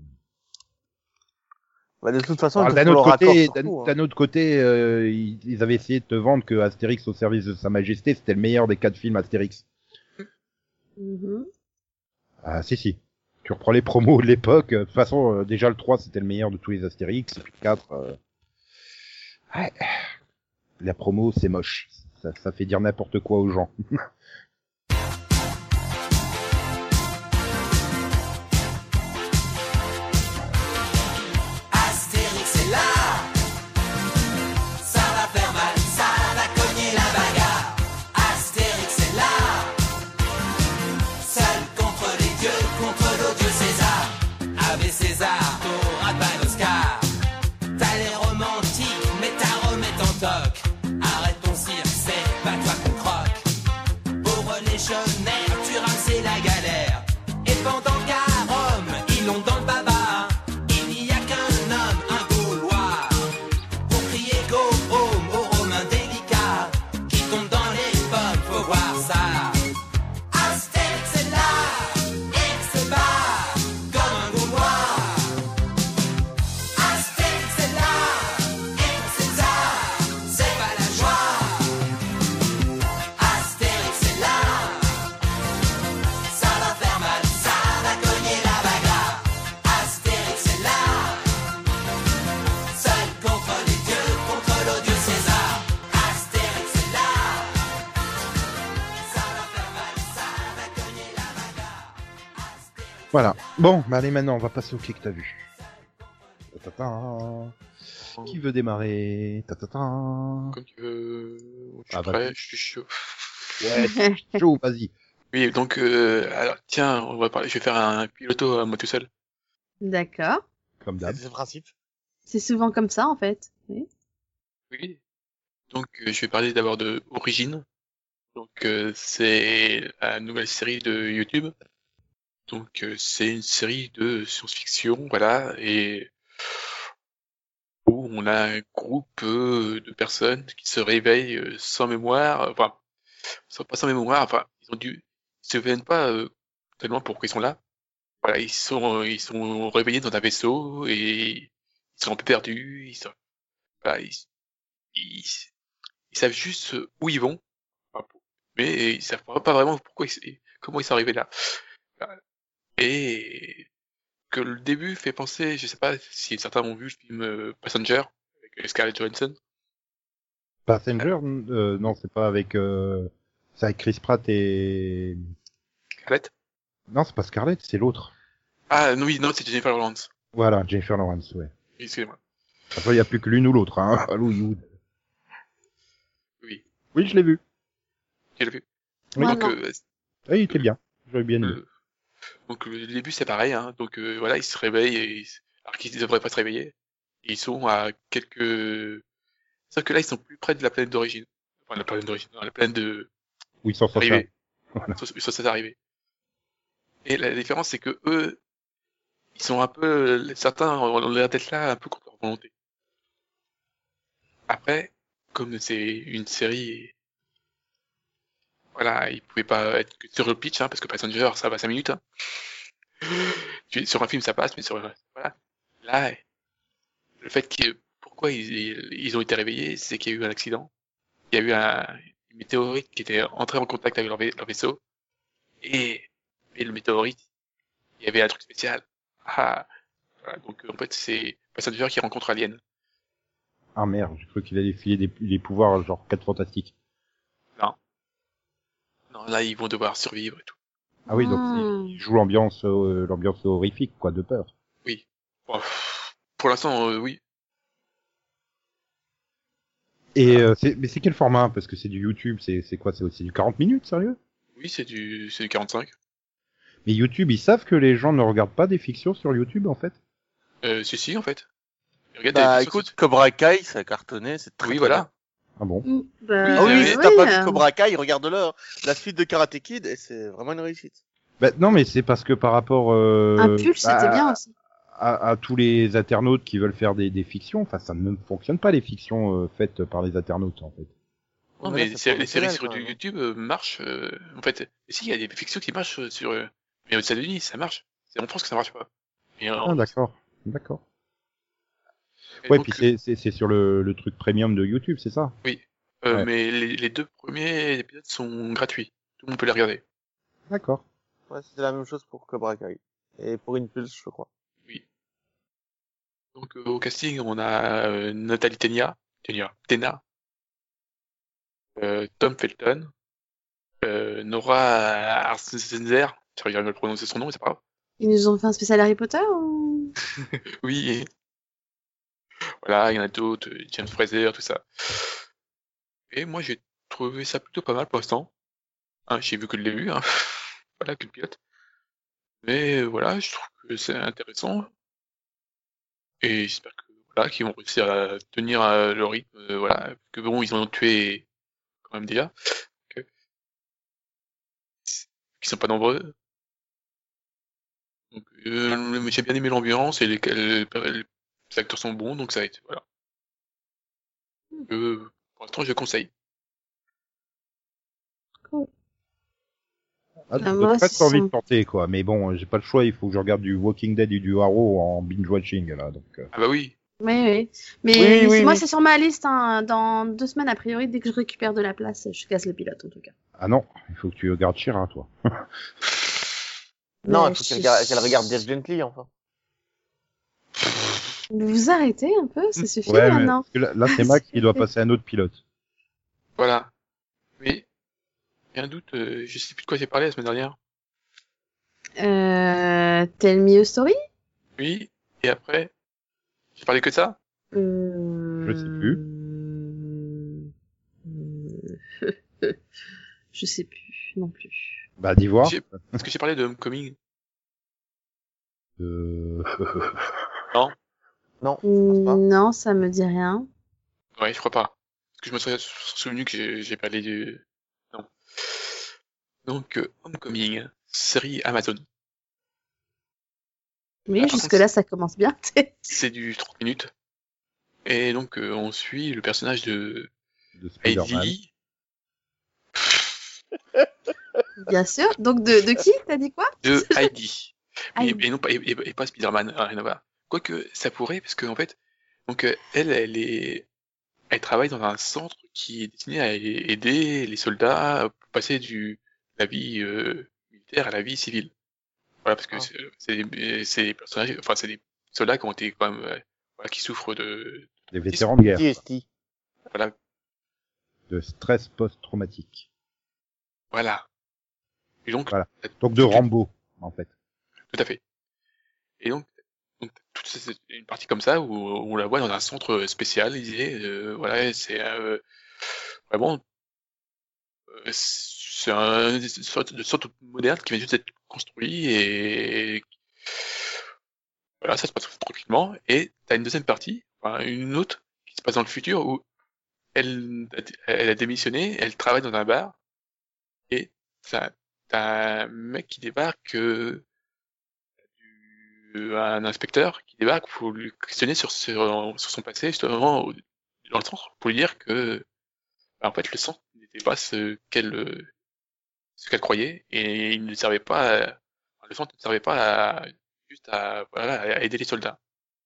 Bah, de toute façon, Alors, il d'un faut leur autre accord côté, sur d'un tout, hein. d'un autre côté, euh, ils, ils avaient essayé de te vendre que Astérix au service de Sa Majesté, c'était le meilleur des quatre films Astérix. Mhm. Ah si si. Tu reprends les promos de l'époque. De toute façon, euh, déjà le trois c'était le meilleur de tous les Astérix. Et puis le quatre. Euh... Ouais. La promo c'est moche. Ça, ça fait dire n'importe quoi aux gens. Astérix est là, ça va faire mal, ça va cogner la bagarre. Astérix est là, seul contre les dieux, contre l'odieux César. Ave César, t'auras pas l'Oscar. T'as les romantiques, mais ta Rome est en toc. Arrête ton cirque, c'est pas toi qu'on croque. Pauvres légionnaires, tu rames la galère. Et pendant qu'à Rome, ils l'ont dans le baba. Il n'y a qu'un homme, un Gaulois, pour crier go home aux Romains délicats qui tombent dans les pommes, faut voir ça. Astérix est là, et se bat comme un Gaulois. Astérix est là, et pour César, c'est pas la joie. Astérix est là, ça va faire mal, ça va cogner la bagarre. Astérix est là, seul contre les dieux, contre l'odieux César. Astérix est là, ça va faire mal, ça va cogner la bagarre. Astérix. Voilà. Bon, bah allez maintenant, on va passer au quai que t'as vu. Ta-ta-ta. Qui veut démarrer? Ta-ta-ta. Comme tu veux. Je suis Ah, prêt, vas-y. je suis chaud. Ouais, chaud, vas-y. Oui, donc, euh, alors, tiens, on va parler, je vais faire un piloto à moi tout seul. D'accord. Comme d'hab. C'est le principe. C'est souvent comme ça, en fait. Oui. Oui. Donc, euh, je vais parler d'abord de Origine. Donc, euh, c'est la nouvelle série de YouTube. Donc, euh, c'est une série de science-fiction, voilà, et où on a un groupe euh, de personnes qui se réveillent euh, sans mémoire, enfin, sans, pas sans mémoire, enfin, ils ont dû, ils se souviennent pas euh, tellement pourquoi ils sont là. Voilà, ils sont, ils sont réveillés dans un vaisseau et ils sont un peu perdus. Ils sont, voilà, ils, ils, ils savent juste où ils vont, enfin, mais ils savent pas vraiment pourquoi ils, comment ils sont arrivés là. Voilà. Et que le début fait penser, je sais pas si certains ont vu le film euh, Passenger avec Scarlett Johansson. Passenger, euh, non, c'est pas avec, euh, c'est avec Chris Pratt et, Scarlett? non, c'est pas Scarlett, c'est l'autre. Ah non, oui, non, c'est Jennifer Lawrence. Voilà, Jennifer Lawrence, ouais. Excusez-moi. Après, il y a plus que l'une ou l'autre, hein. Hollywood. Oui, Oui, je l'ai vu. j'ai vu. Oui. Moi, Donc, non. euh, Ah, il était bien. J'avais bien aimé. euh, donc le début c'est pareil, hein. Donc euh, voilà, ils se réveillent, et ils- alors qu'ils ne devraient pas se réveiller. Et ils sont à quelques... Sauf que là, ils sont plus près de la planète d'origine. Enfin, la planète d'origine, non, la planète de... Oui, sans ça. arrivée. Voilà. Ils sont ils sont censés arriver. Et la différence, c'est que eux, ils sont un peu... Certains ont l'air d'être là un peu contre leur volonté. Après, comme c'est une série... Voilà, ils pouvaient pas être que sur le pitch, hein, parce que Passenger, ça va cinq minutes. Hein. Tu- Sur un film, ça passe, mais sur... Voilà. Là, le fait que... Pourquoi ils, ils ont été réveillés, c'est qu'il y a eu un accident. Il y a eu un, une météorite qui était entrée en contact avec leur, vai- leur vaisseau. Et, et le météorite, il y avait un truc spécial. Ah, voilà, donc en fait, c'est Passenger qui rencontre Alien. Ah merde, j'ai cru qu'il allait filer des, des pouvoirs genre quatre fantastiques. Non, là, ils vont devoir survivre et tout. Ah oui, donc Hmm. il joue l'ambiance, euh, l'ambiance horrifique, quoi, de peur. Bon, pff, pour l'instant, euh, oui. Et euh, c'est, mais c'est quel format? Parce que c'est du YouTube, c'est, c'est quoi? C'est aussi du quarante minutes, sérieux? Oui, c'est du, c'est du quarante-cinq. Mais YouTube, ils savent que les gens ne regardent pas des fictions sur YouTube, en fait? Euh, si, si, en fait. Regarde, Bah les écoute, écoutes. Cobra Kai, ça a cartonné, c'est très Oui, très voilà. bien. Ah bon? Mm, bah, Oui, Ah oui, oui, si oui, t'as pas euh, vu Cobra Kai, regarde-le. La suite de Karate Kid, et c'est vraiment une réussite. Bah, non, mais c'est parce que par rapport, euh, Un pull, c'était bah, bien aussi. à, à tous les internautes qui veulent faire des, des fictions, enfin ça ne fonctionne pas les fictions euh, faites par les internautes en fait. Non, Mais là, mais c'est c'est- les séries professionnel, sur quand du même. YouTube euh, marchent. euh, en fait, si, il y a des fictions qui marchent euh, sur. euh, mais aux États-Unis, ça marche. C'est en France que ça marche pas. Et, en- Ah d'accord, d'accord. et Ouais, donc, puis euh, c'est c'est c'est sur le, le truc premium de YouTube, c'est ça? oui. Euh, Ouais. Mais les, les deux premiers épisodes sont gratuits. Tout le monde peut les regarder. D'accord. Ouais, c'est la même chose pour Cobra Kai. Et pour Impulse, je crois. Oui. Donc, euh, au casting, on a euh, Nathalie Tenia, Tenia, Tena, euh, Tom Felton, euh, Nora Arsenzer. J'arrive à me prononcer son nom, mais c'est pas grave. Ils nous ont fait un spécial Harry Potter ou... Oui. Et voilà, il y en a d'autres, euh, James Fraser, tout ça. Et moi, j'ai trouvé ça plutôt pas mal pour l'instant. Hein, j'ai vu que le début, hein. Voilà, que le pilote. Mais euh, voilà, je trouve que c'est intéressant. Et j'espère que voilà, qu'ils vont réussir à tenir euh, le rythme. euh, voilà, parce que bon, ils en ont tué quand même déjà. Que, qui sont pas nombreux. Donc, euh, j'ai bien aimé l'ambiance et les, les, les acteurs sont bons, donc ça a été voilà. Euh, pour l'instant, je conseille. Ah, Bah, ça donne moi, presque c'est envie de son- tenter quoi, mais bon, j'ai pas le choix, il faut que je regarde du Walking Dead et du Arrow en binge watching là, donc. euh. Ah bah oui. Oui, oui. Mais Oui, oui, oui, moi, oui. c'est sur ma liste. Hein. Dans deux semaines, a priori, dès que je récupère de la place, je casse le pilote, en tout cas. Ah non, il faut que tu regardes Shira toi. Non, Mais il faut qu'elle je- gar- qu'elle regarde Dirk Gently, enfin. Vous vous arrêtez un peu, ça suffit Ouais, mais maintenant. parce que là, là, c'est Max qui doit passer à un autre pilote. Voilà. Mais, il y a un doute, euh, je sais plus de quoi j'ai parlé la semaine dernière. Euh, Tell me a story? Oui. Et après, j'ai parlé que de ça. Euh... Je sais plus. Euh, je sais plus non plus. Bah d'Ivoire. J'ai- Est-ce que j'ai parlé de Homecoming? Euh... Non. Non, je pense pas. Non, ça me dit rien. Ouais, je crois pas. Parce que je me suis souvenu que j'ai j'ai parlé du... Non. Donc, euh, Homecoming, série Amazon. Oui, Ah, par jusque-là, ça commence bien. C'est du trente minutes. Et donc, euh, on suit le personnage de de Spider-Man. Heidi. Bien sûr. Donc, de, de qui? T'as dit quoi? De Heidi. Et, Heidi. et non pas, et, et- et pas Spider-Man, hein, rien à voir. Quoique, ça pourrait, parce que, en fait, donc, euh, elle, elle est, elle travaille dans un centre qui est destiné à aider les soldats à passer du, la vie, euh, militaire à la vie civile. Voilà, parce que Ah. c'est, c'est des, c'est des personnages, enfin, c'est des soldats qui ont été quand même, euh, voilà, qui souffrent de, Des vétérans de guerre. T S T. voilà, De stress post-traumatique. voilà. Et donc, Voilà. Donc de toute- Rambo, en fait. Tout à fait. Et donc, donc toute cette- une partie comme ça où, où on la voit dans un centre spécialisé. Euh, voilà, c'est euh, vraiment euh, c'est un une sorte de centre moderne qui vient juste d'être construit et voilà, ça se passe tranquillement. Et t'as une deuxième partie, enfin, une autre qui se passe dans le futur où elle, elle a démissionné, elle travaille dans un bar et t'as t'as un mec qui débarque. Euh, du- un inspecteur qui débarque pour lui questionner sur, sur, sur son passé, justement, au- dans le centre, pour lui dire que, bah, en fait, le centre n'était pas ce qu'elle, euh, ce qu'elle croyait, et il ne servait pas, à- le centre ne servait pas à, juste à, voilà, à aider les soldats.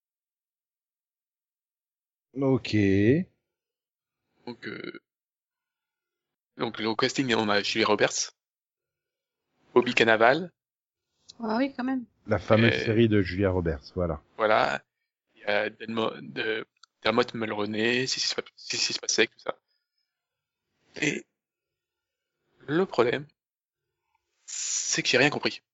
Ok. Donc, euh, donc, au casting, on a Julia Roberts, Bobby Cannavale, Ah oui, quand même. La fameuse Euh, série de Julia Roberts, voilà. voilà, il y a Delmo, de, Dermot Mulroney, Sissy Spa- Sissy Spacek, tout ça. Et le problème, c'est que j'ai rien compris.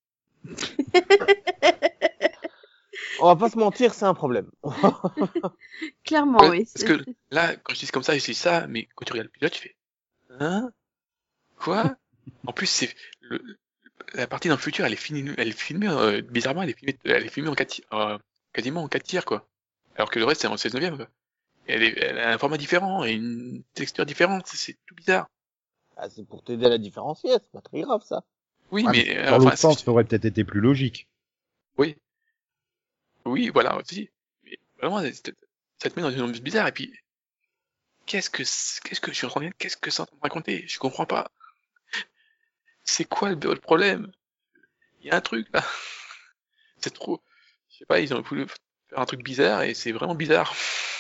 On va pas se mentir, c'est un problème. Clairement, Ouais, oui. parce que là, quand je dis comme ça, je dis ça, mais quand tu regardes le pilote, tu fais hein? Quoi? En plus, c'est le, la partie dans le futur, elle est finie, elle est filmée euh, bizarrement, elle est filmée, elle est filmée en quatre, ti- euh, quasiment en quatre tiers quoi. Alors que le reste c'est en seize neuvième quoi. Et elle, est, elle a un format différent et une texture différente, c'est, c'est tout bizarre. Ah, c'est pour t'aider à la différencier, c'est pas très grave ça. Oui, Ah, mais mais euh, dans enfin, l'autre sens, c'est- ça aurait peut-être été plus logique. oui, Oui, voilà, aussi. Mais vraiment, ça ça te met dans une ambiance bizarre, et puis, qu'est-ce que, c'est- qu'est-ce que je suis en train de dire, qu'est-ce que c'est en train de me raconter? Je comprends pas. C'est quoi le, le problème? Il y a un truc, là. C'est trop, je sais pas, ils ont voulu faire un truc bizarre, et c'est vraiment bizarre.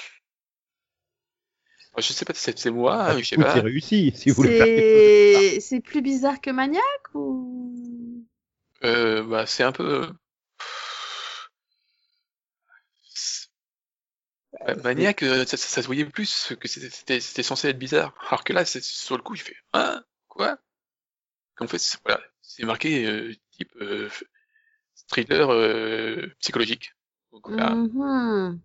Enfin, je sais pas si c'est c'est moi, Ah, hein, du je sais coup, c'est pas. réussi, si vous voulez faire quelque chose. C'est c'est plus bizarre que Maniac ou Euh, bah, c'est un peu, bah, Maniac, euh, ça, ça, ça se voyait plus que c'était, c'était c'était censé être bizarre. Alors que là, c'est, sur le coup, il fait, hein? Quoi? En fait, c'est, voilà, c'est marqué, euh, type, euh, thriller, euh, psychologique. Donc voilà, Mhm.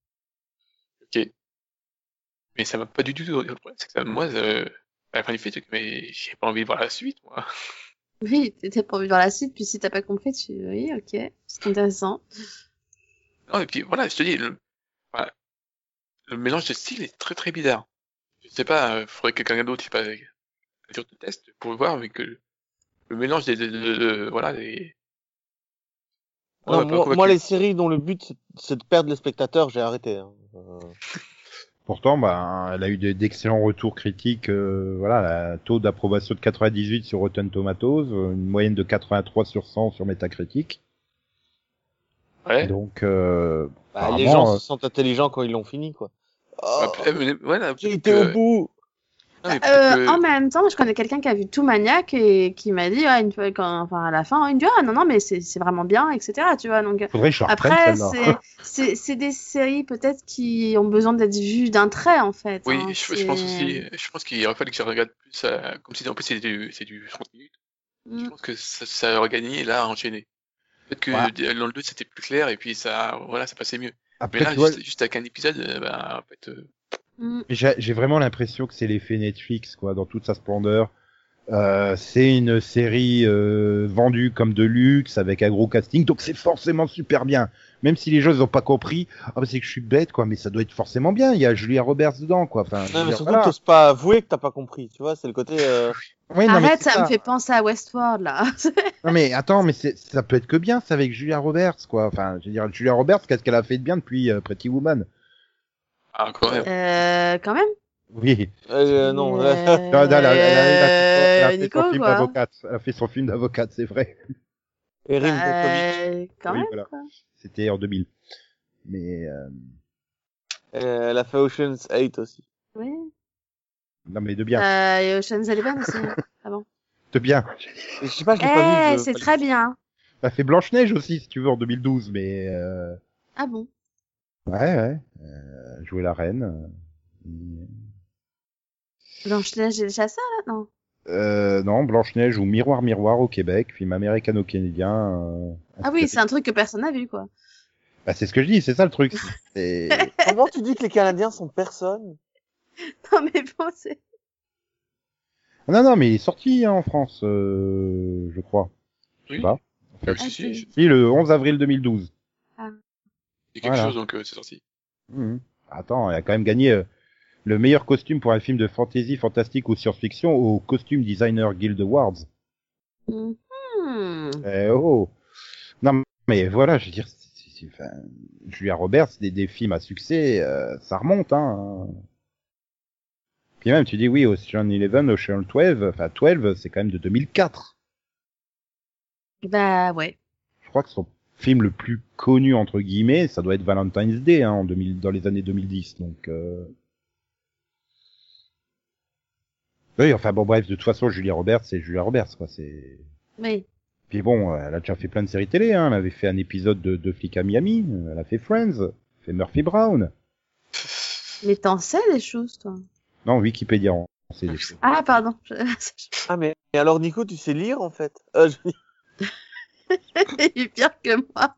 ok. Mais ça m'a pas du tout, le problème, c'est que ça, moi, euh, à la fin du film, c'est que, mais j'ai pas envie de voir la suite, moi. Oui, t'étais pas envie de voir la suite, puis si t'as pas compris, tu oui, ok, c'est intéressant. Non, et puis voilà, je te dis, le, voilà, le mélange de styles est très très bizarre. Je sais pas, euh, faudrait que quelqu'un d'autre, je sais pas, sur le test pour voir, mais que le mélange des, des- de, de- voilà, des, Non, ouais, pas moi, moi, convaincu. les séries dont le but c'est c'est de perdre les spectateurs, j'ai arrêté. Hein. Euh, Pourtant, bah, elle a eu de- d'excellents retours critiques. Euh, voilà, la taux d'approbation de quatre-vingt-dix-huit sur Rotten Tomatoes, euh, une moyenne de quatre-vingt-trois sur cent sur Metacritic. Ouais. Donc, euh, bah, les gens apparemment, euh, se sentent intelligents quand ils l'ont fini, quoi. Ouais, Oh, peut- mais- voilà, j'ai peut-être été au que, bout. non, mais Euh, peut-être en que, même temps, je connais quelqu'un qui a vu tout Maniac et qui m'a dit, ah, une fois, quand, enfin, à la fin, il me dit, ah, non, non, mais c'est, c'est vraiment bien, et cetera, tu vois, donc, faudrait que je la reprenne après, celle-là. c'est, c'est, c'est des séries, peut-être, qui ont besoin d'être vues d'un trait, en fait, oui, hein, je, je pense c'est, aussi, je pense qu'il aurait fallu que je regarde plus, euh, comme si en plus c'est du, c'est du trente minutes. Je Mm. pense que ça, ça aurait gagné là à enchaîner. Peut-être Ouais. que dans le deux c'était plus clair et puis ça, voilà, ça passait mieux. Mais Après, là, tu vois, juste, juste avec un épisode, euh, bah, en fait, euh, Mm. j'ai j'ai vraiment l'impression que c'est l'effet Netflix, quoi, dans toute sa splendeur. Euh, c'est une série euh, vendue comme de luxe avec un gros casting, donc c'est forcément super bien. Même si les gens ils ont pas compris, ah bah c'est que je suis bête quoi, mais ça doit être forcément bien. Il y a Julia Roberts dedans quoi. Enfin, je veux Non, mais dire, surtout, voilà. t'oses pas avouer que t'as pas compris, tu vois, c'est le côté... Euh... Oui, non mais Arrête, c'est ça me ça. fait penser à Westworld, là. Non mais attends, mais c'est ça peut être que bien, c'est avec Julia Roberts quoi. Enfin, je veux dire Julia Roberts, qu'est-ce qu'elle a fait de bien depuis euh, Pretty Woman? ah, quand même. euh, quand même. Oui. Euh, non, euh, Non, non, elle a, elle a, elle a fait, son- elle a Euh, fait Nico, son film quoi. d'avocate. Elle a fait son film d'avocate, c'est vrai. Erin Brockovich, Euh, quand Oui, même, voilà. quoi. C'était en deux mille. Mais euh, euh, elle a fait Ocean's eight aussi. Oui. non mais de bien, Euh, et Ocean's Eleven aussi, hein, avant. de bien. Je sais pas, je l'ai pas Eh, vu. je- c'est fallait- très bien. Elle a fait Blanche-Neige aussi, si tu veux, en deux mille douze, mais euh... Ah bon? ouais, ouais. Euh, jouer la reine. Euh, Blanche-Neige et le chasseur, là? Non. Euh, non, Blanche-Neige ou Miroir Miroir au Québec, film américano-canadien. Euh, Ah oui, inspiré- c'est un truc que personne n'a vu, quoi. Bah, c'est ce que je dis, c'est ça le truc. C'est... Comment tu dis que les Canadiens sont personne? Non, mais bon, c'est... Non, non, mais il est sorti hein, en France, euh, je crois. Je sais Oui. pas. En Euh, fait, si, si, je- si, le onze avril deux mille douze. Ah. il y a quelque Voilà. chose, donc, euh, c'est sorti. Mhm. Attends, il a quand même gagné euh, le meilleur costume pour un film de fantasy, fantastique ou science-fiction au Costume Designer Guild Awards. Mhm. Eh oh. Non, mais voilà, je veux dire, c'est, c'est, enfin, Julia Roberts, des, des films à succès, euh, ça remonte, hein. Puis même, tu dis oui, Ocean Eleven, Ocean douze, enfin douze, c'est quand même de deux mille quatre. Bah, ouais. Je crois que son film le plus connu, entre guillemets, ça doit être Valentine's Day, hein, en deux mille, dans les années deux mille dix, donc, euh... oui, enfin bon, bref, de toute façon, Julia Roberts, c'est Julia Roberts, quoi, c'est... Oui. Puis bon, elle a déjà fait plein de séries télé, hein. Elle avait fait un épisode de, de Flic à Miami, elle a fait Friends, elle a fait Murphy Brown. Mais t'en sais des choses, toi. Non, Wikipédia, on sait des choses. Ah, pardon. Ah, mais et alors, Nico, tu sais lire, en fait? Euh, je... Il est pire que moi.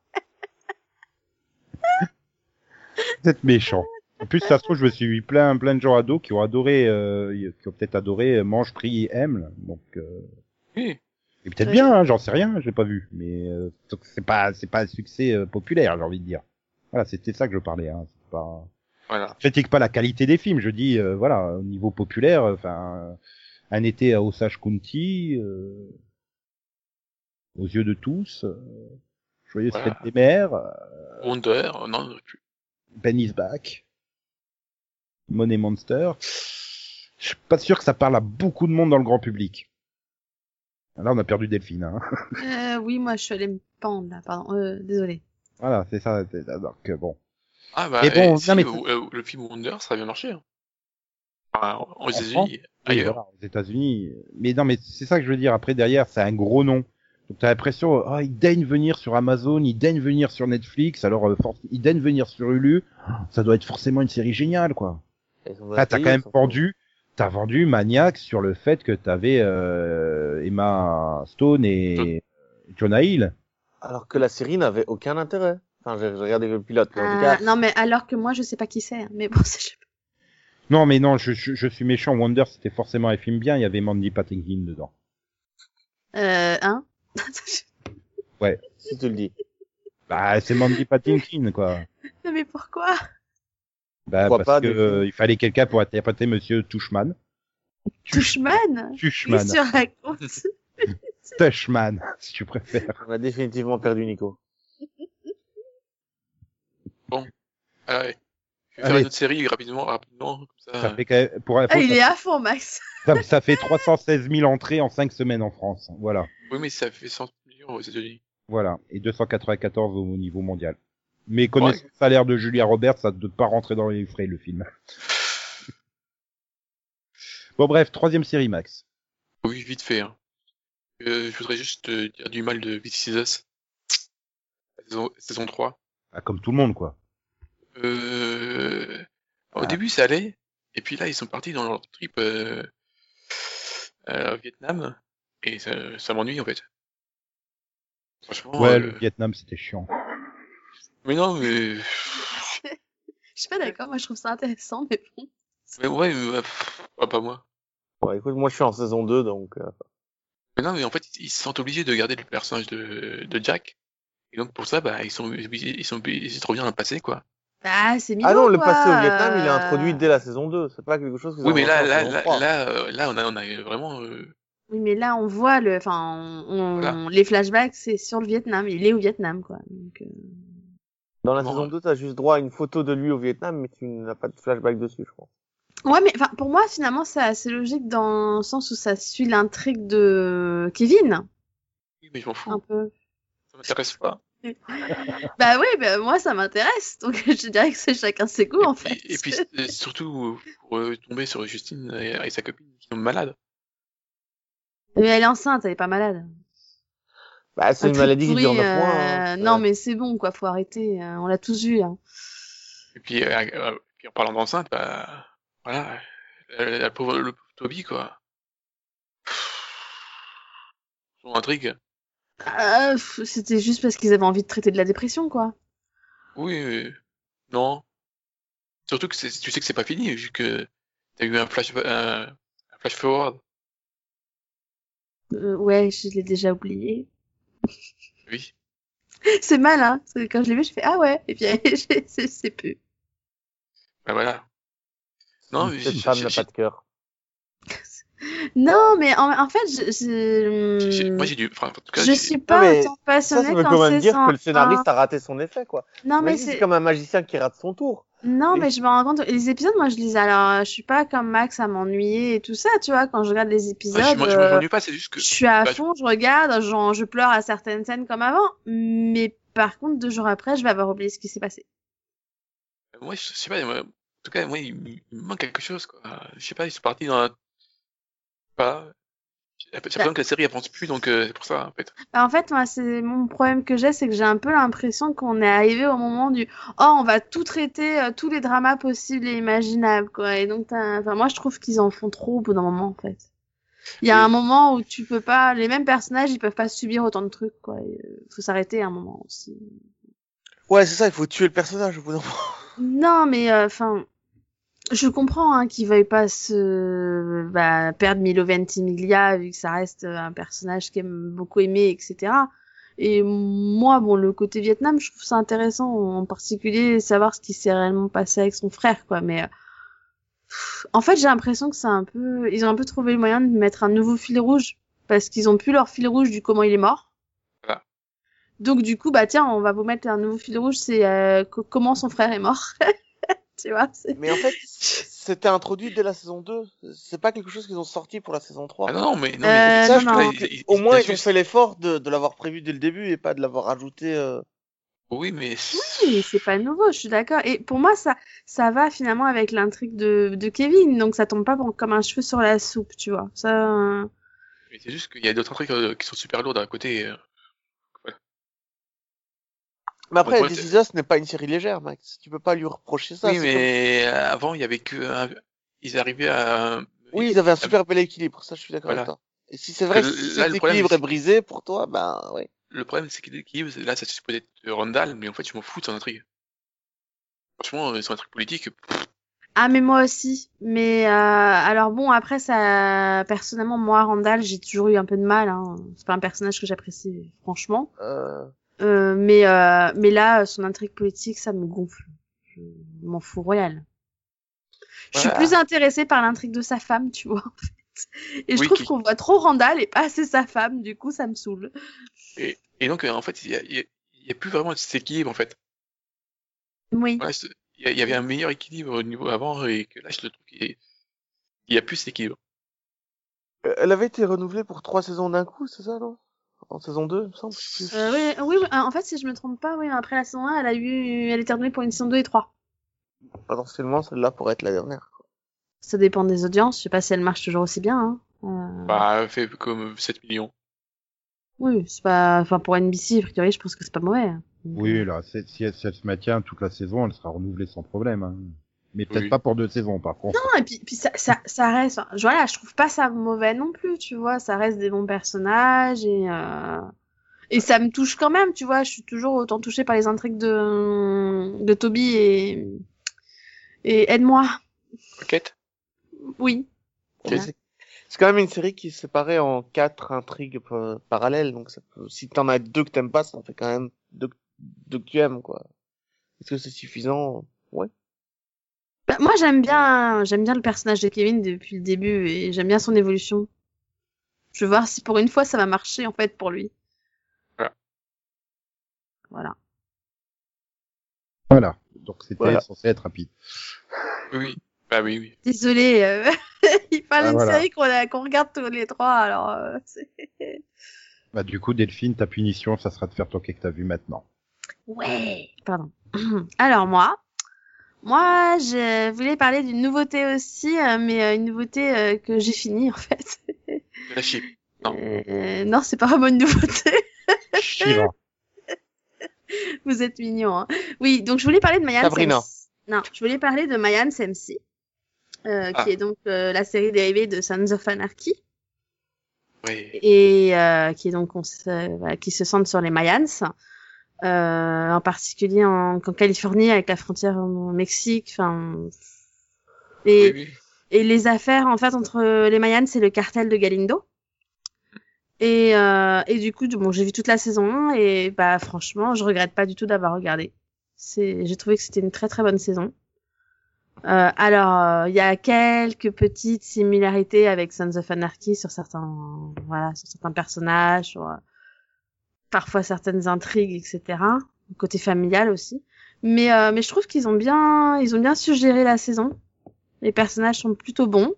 Vous êtes méchant. En plus, ça se trouve, je me suis eu plein, plein de gens ados qui ont adoré, euh, qui ont peut-être adoré euh, Mange, Prie et Aime, là. Donc, euh... Oui. et peut-être Oui. bien, hein, j'en sais rien, je l'ai pas vu. Mais, euh, donc c'est pas, c'est pas un succès euh, populaire, j'ai envie de dire. Voilà, c'était ça que je parlais, hein. C'est pas... Voilà. Je critique pas la qualité des films, je dis, euh, voilà, au niveau populaire, enfin, euh, un été à Osage County, euh, aux yeux de tous, euh, Joyeuse Voilà. fête des mères, euh, Wonder, non, plus. Ben is back, Money Monster. Je suis pas sûr que ça parle à beaucoup de monde dans le grand public. Là, on a perdu Delphine. Hein. Euh, oui, moi, je suis allée me pendre, là, pardon. Euh, désolée. Voilà, c'est ça. c'est- Donc euh, bon. Ah bah, Mais bon, eh, si, non, mais- euh, le film Wonder, ça a bien marché. Hein. Enfin, aux En États-Unis, Oui, ailleurs. voilà, aux États-Unis. Mais non, mais c'est ça que je veux dire. Après, derrière, c'est un gros nom. Donc t'as l'impression, oh, il daigne venir sur Amazon, il daigne venir sur Netflix, alors euh, for- il daigne venir sur Hulu. Ça doit être forcément une série géniale, quoi. Ils sont Là, t'as payés, quand même surtout. vendu, t'as vendu Maniac sur le fait que t'avais euh, Emma Stone et Jonah Hill. Alors que la série n'avait aucun intérêt. Enfin, j'ai j'ai regardé le pilote. mais en tout Euh, cas, non, mais alors que moi, je sais pas qui c'est. hein, Mais bon, c'est... Non, mais non, je, je, je suis méchant. Wonder, c'était forcément un film bien. Il y avait Mandy Patinkin dedans. Euh, hein si tu le dis. Bah, c'est Mandy Patinkin, quoi. Non, mais pourquoi Bah, Pourquoi parce pas, que du coup euh, il fallait quelqu'un pour interpréter Monsieur Tushman. Tushman Tushman. Qu'est-ce que tu racontes Tushman, si tu préfères. On a définitivement perdu Nico. Ah ouais. Je vais Allez. faire une autre série rapidement, rapidement, comme ça. Ça fait quand même, pour info, Ah, il ça, est à fond, Max. ça, ça fait trois cent seize mille entrées en cinq semaines en France. Voilà. Oui, mais ça fait cent millions aux États-Unis. Voilà. Et deux cent quatre-vingt-quatorze au niveau mondial. Mais connaissant le salaire de Julia Roberts, ça ne doit pas rentrer dans les frais, le film. Bon, bref, troisième série, Max. Oui, vite fait. Hein. Euh, je voudrais juste euh, dire du mal de This Is Us. Saison, saison trois. Ah, comme tout le monde, quoi. Euh... Au Ah. début, ça allait. Et puis là, ils sont partis dans leur trip euh... euh, au Vietnam. Et ça, ça m'ennuie, en fait. Franchement. Ouais, euh, le Vietnam, c'était chiant. Mais non, mais... Je suis pas d'accord, moi je trouve ça intéressant, mais bon. mais ouais, mais... pff, ah, pas moi. Bon, écoute, moi je suis en saison deux, donc... euh, Mais non, mais en fait, ils se sentent obligés de garder le personnage de, de Jack. Et donc, pour ça, bah, ils sont obligés, ils sont obligés, c'est trop bien à le passer, quoi. Ah, c'est mignon, Ah non, le quoi. passé au Vietnam, il est euh, introduit dès la saison deux. C'est pas quelque chose que Oui, mais là, là, là, là, euh, là, on a, on a vraiment, euh, Oui, mais là, on voit le... Enfin, on... on- Voilà. les flashbacks, c'est sur le Vietnam. Il est au Vietnam, quoi. Donc, euh, Dans la Bon, saison ouais. deux, t'as juste droit à une photo de lui au Vietnam, mais tu n'as pas de flashback dessus, je pense. Ouais, mais enfin, pour moi, finalement, c'est assez logique dans le sens où ça suit l'intrigue de Kevin, oui, mais je m'en fous. un peu. Ça m'intéresse pas. Bah oui, bah moi, ça m'intéresse. Donc, je dirais que c'est chacun ses goûts, en Et fait. puis, et puis euh, surtout, pour euh, tomber sur Justine et, et sa copine qui sont malades. Mais elle est enceinte, elle est pas malade. Bah, c'est Un une truc maladie qui pourri, dure neuf euh, mois. Hein. Non, Ouais. mais c'est bon, quoi, faut arrêter. euh, On l'a tous vu, hein. Et puis, euh, euh, puis en parlant d'enceinte, bah, voilà, euh, la pauvre, le pauvre Toby, quoi. Son intrigue. Ah, pff, c'était juste parce qu'ils avaient envie de traiter de la dépression, quoi. Oui, euh, non. Surtout que c'est- tu sais que c'est pas fini, vu que t'as eu un flash, un, un flash forward. Euh, ouais, je l'ai déjà oublié. Oui. C'est mal, hein. Parce que quand je l'ai vu, je fais ah ouais. Et puis j'ai- c'est c'est peu. Bah voilà. Non, mais Cette j'ai- femme j'ai- n'a pas de cœur. Non, mais en, en fait, je, je, j'ai- moi j'ai du, enfin, en tout cas, je j'ai- suis pas mais autant Ça, passionnée ça veut qu'en quand même dire saison que le scénariste un. a raté son effet, quoi. Non, mais Imagine, c'est c'est comme un magicien qui rate son tour. non, Et- mais je me rends compte. Les épisodes, moi, je les alors, je suis pas comme Max à m'ennuyer et tout ça, tu vois. Quand je regarde les Ah, épisodes, je m'en- je euh, m'ennuie pas, c'est juste que, je suis à bah, je- fond, je regarde, genre, je pleure à certaines scènes comme avant. Mais par contre, deux jours après, je vais avoir oublié ce qui s'est passé. moi, je sais pas, moi, en tout cas, moi, il, me il me manque quelque chose, quoi. Je sais pas, ils sont partis dans un, pas, j'ai l'impression que la série avance plus, donc euh, c'est pour ça, en fait. Bah, en fait, moi, c'est mon problème que j'ai, c'est que j'ai un peu l'impression qu'on est arrivé au moment du oh, on va tout traiter, euh, tous les dramas possibles et imaginables, quoi. Et donc, t'as... enfin, moi, je trouve qu'ils en font trop au bout d'un moment, en fait. Il y a Oui. un moment où tu peux pas, les mêmes personnages, ils peuvent pas subir autant de trucs, quoi. Il faut s'arrêter à un moment aussi. Ouais, c'est ça, il faut tuer le personnage au bout d'un moment. Non, mais enfin, je comprends hein, qu'ils veuillent pas se bah, perdre Milo Ventimiglia vu que ça reste un personnage qui aime beaucoup aimer, et cetera. Et moi, bon, le côté Vietnam, je trouve ça intéressant, en particulier savoir ce qui s'est réellement passé avec son frère, quoi. Mais euh, pff, en fait, j'ai l'impression que c'est un peu, ils ont un peu trouvé le moyen de mettre un nouveau fil rouge parce qu'ils ont plus leur fil rouge du comment il est mort. Voilà. Donc du coup, bah tiens, on va vous mettre un nouveau fil rouge, c'est euh, co- comment son frère est mort. Tu vois, c'est... Mais en fait, c'était introduit dès la saison deux. C'est pas quelque chose qu'ils ont sorti pour la saison trois. Ah non, non, mais, non, Euh, mais, non, sache que non. là, il- il- Au il moins, a ils ont juste- fait l'effort de, de l'avoir prévu dès le début et pas de l'avoir ajouté. Euh... Oui, mais. Oui, c'est pas nouveau, je suis d'accord. Et pour moi, ça, ça va finalement avec l'intrigue de, de Kevin, donc ça tombe pas pour- comme un cheveu sur la soupe, tu vois. Ça, euh, Mais c'est juste qu'il y a d'autres trucs euh, qui sont super lourds à côté. euh. Mais après, Donc, ouais, This Is Us n'est pas une série légère, Max. Tu peux pas lui reprocher ça. Oui, c'est mais euh, avant, il y avait que. un- Ils arrivaient à. comme- Oui, ils avaient un super bel équilibre. Ça, je suis d'accord Voilà. avec toi. Et si c'est vrai Que que si là, cet le problème, équilibre c'est- est brisé pour toi, ben oui. Le problème, c'est que l'équilibre, c'est- là, ça se peut être Randall, mais en fait, je m'en fous de son intrigue. Franchement, euh, son intrigue politique, pff, Ah, mais moi aussi. Mais euh, alors bon, après ça, personnellement, moi, Randall, j'ai toujours eu un peu de mal. Hein. C'est pas un personnage que j'apprécie, franchement. Euh... Euh, mais euh, mais là, son intrigue politique, ça me gonfle. Je m'en fous royal. Je suis Voilà. plus intéressée par l'intrigue de sa femme, tu vois. En fait. Et je Oui, trouve qui- qu'on voit trop Randall et pas assez sa femme. Du coup, ça me saoule. et, et donc, euh, en fait, il y a, il y a- il y a plus vraiment cet équilibre, en fait. Oui. Voilà, c'est- il y, a- il y avait un meilleur équilibre au niveau avant, et que là, je le trouve qu'il y a- il y a plus cet équilibre. Elle avait été renouvelée pour trois saisons d'un coup, c'est ça, non? En saison deux, il me semble. je sais plus. Euh, oui, oui, oui, en fait, si je me trompe pas, oui, après la saison un, elle a eu, elle est terminée pour une saison deux et trois. Potentiellement, celle-là pourrait être la dernière. Ça dépend des audiences. Je sais pas si elle marche toujours aussi bien. Hein. Euh... Bah, elle fait comme sept millions. Oui, c'est pas, enfin pour N B C, a priori, je pense que c'est pas mauvais. Donc, Oui, euh, là, c'est- si elle, si elle se maintient toute la saison, elle sera renouvelée sans problème. Hein. Mais peut-être Oui. pas pour deux saisons, par contre. Non, et puis, puis ça, ça, ça reste. Enfin, voilà, je trouve pas ça mauvais non plus, tu vois. Ça reste des bons personnages et euh... et ça me touche quand même, tu vois. Je suis toujours autant touchée par les intrigues de de Toby et et aide-moi. Rocket? Oui. C'est- C'est c'est quand même une série qui est séparée en quatre intrigues euh, parallèles, donc ça peut... si t'en as deux que t'aimes pas, ça en fait quand même deux, deux que tu aimes, quoi. Est-ce que c'est suffisant? Ouais. Bah, moi, j'aime bien, j'aime bien le personnage de Kevin depuis le début et j'aime bien son évolution. Je veux voir si pour une fois ça va marcher en fait pour lui. Voilà. Voilà. Voilà. Donc c'était Voilà. censé être rapide. Oui. Bah oui, oui. Désolée, euh, il parle Ah, d'une voilà. série qu'on a- qu'on regarde tous les trois, alors euh, c'est... Bah du coup, Delphine, ta punition, ça sera de faire toquer que t'as vu maintenant. Ouais. Pardon. Alors moi, moi, je voulais parler d'une nouveauté aussi, euh, mais euh, une nouveauté euh, que j'ai finie en fait. De la chip. Non. Euh, non, c'est pas vraiment une nouveauté. Shira. Vous êtes mignons. Hein. Oui, donc je voulais parler de Mayan Sabrina. Semsi. Non, je voulais parler de Mayan Semsi, euh, Ah. qui est donc euh, la série dérivée de Sons of Anarchy Oui. et euh, qui est donc on se, voilà, qui se centre sur les Mayans, euh, en particulier en, en Californie avec la frontière au Mexique. Enfin, et, Oui, oui. et les affaires en fait entre les Mayans et le cartel de Galindo. Et, euh, et du coup, bon, j'ai vu toute la saison un et bah franchement, je regrette pas du tout d'avoir regardé. C'est, j'ai trouvé que c'était une très très bonne saison. Euh, alors, il y a quelques petites similarités avec Sons of Anarchy sur certains, voilà, sur certains personnages, sur euh, parfois certaines intrigues, et cetera. Côté familial aussi. Mais euh, mais je trouve qu'ils ont bien, ils ont bien su gérer la saison. Les personnages sont plutôt bons.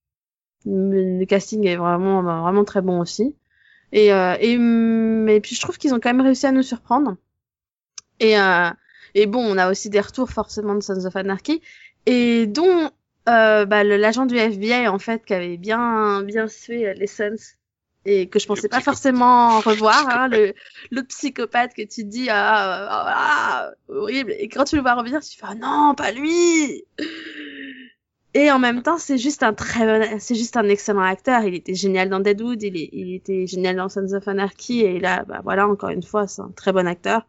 Le le casting est vraiment vraiment très bon aussi. Et euh, et mais puis je trouve qu'ils ont quand même réussi à nous surprendre. Et euh, et bon, on a aussi des retours forcément de Sons of Anarchy et dont euh, bah, le- l'agent du F B I en fait qui avait bien bien sué les Sons et que je pensais pas psychopathe. forcément revoir, hein, le le psychopathe que tu te dis ah, ah, ah, horrible, et quand tu le vois revenir tu fais ah non pas lui. Et en même temps, c'est juste un très bon, c'est juste un excellent acteur. Il était génial dans Deadwood, il, est, il était génial dans Sons of Anarchy, et là, bah voilà, encore une fois, c'est un très bon acteur.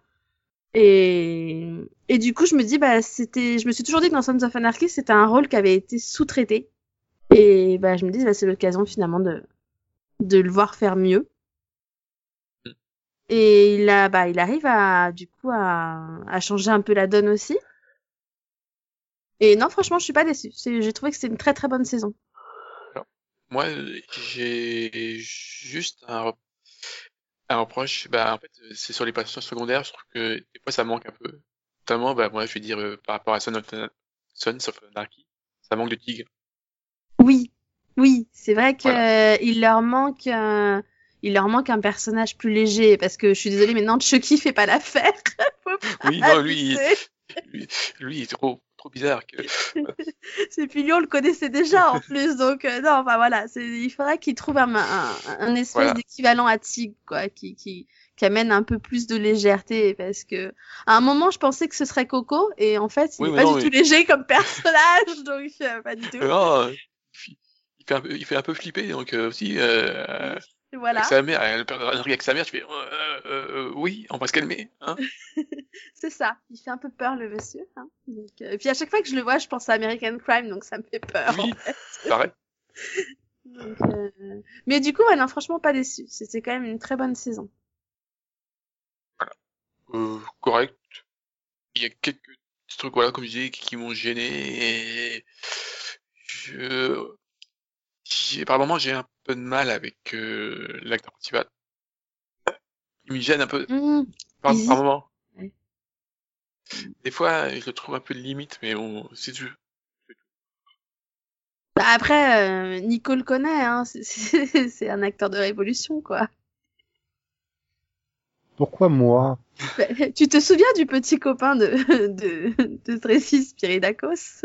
Et, et du coup, je me dis, bah c'était, je me suis toujours dit que dans Sons of Anarchy, c'était un rôle qui avait été sous-traité. Et bah je me dis, bah, c'est l'occasion finalement de, de le voir faire mieux. Et il a, bah il arrive à, du coup, à, à changer un peu la donne aussi. Et non, franchement, je suis pas déçue. C'est, j'ai trouvé que c'était une très très bonne saison. Moi, euh, j'ai juste un, un reproche, bah en fait, c'est sur les personnages secondaires, je trouve que des fois ça manque un peu. Notamment, bah moi je vais dire euh, par rapport à Son of, Sons of Anarchy, ça manque de tigre. Oui, oui, c'est vrai que Voilà. euh, il leur manque un... il leur manque un personnage plus léger parce que je suis désolée, maintenant Chucky fait pas l'affaire. Faut pas Oui, non, lui, il- abuser. lui, lui, il est trop, trop bizarre que. Et puis lui, on le connaissait déjà en plus, donc euh, non, enfin voilà, c'est, il faudrait qu'il trouve un, un, un espèce Voilà. d'équivalent à Tig, quoi, qui, qui, qui amène un peu plus de légèreté, parce que à un moment, je pensais que ce serait Coco, et en fait, il Oui, est mais pas non, du mais- tout léger comme personnage, donc euh, pas du tout. Euh, non, euh, il fait un peu, il fait un peu flipper, donc euh, aussi, euh, avec Voilà, sa mère, elle perd un truc avec sa mère, tu fais, euh, euh, euh, oui, on va se calmer, hein. c'est ça. Il fait un peu peur, le monsieur. Hein. Donc, euh, et puis à chaque fois que je le vois, je pense à American Crime, donc ça me fait peur. Oui, en fait. pareil. Donc, euh, mais du coup, ouais, non, franchement, pas déçu. C'était quand même une très bonne saison. Euh, correct. Il y a quelques petits trucs, voilà, comme je disais, qui, qui m'ont gêné et je, j'ai, par moment, j'ai un peu de mal avec euh, l'acteur principal. Il me gêne un peu, Mmh, par, Easy. par moment. Ouais. Des fois, je le trouve un peu limite, mais bon, c'est du. Bah après, euh, Nico le connaît, hein. C'est- C'est c'est un acteur de révolution, quoi. Pourquoi moi? Bah, tu te souviens du petit copain de, de, de Tracy Spiridakos?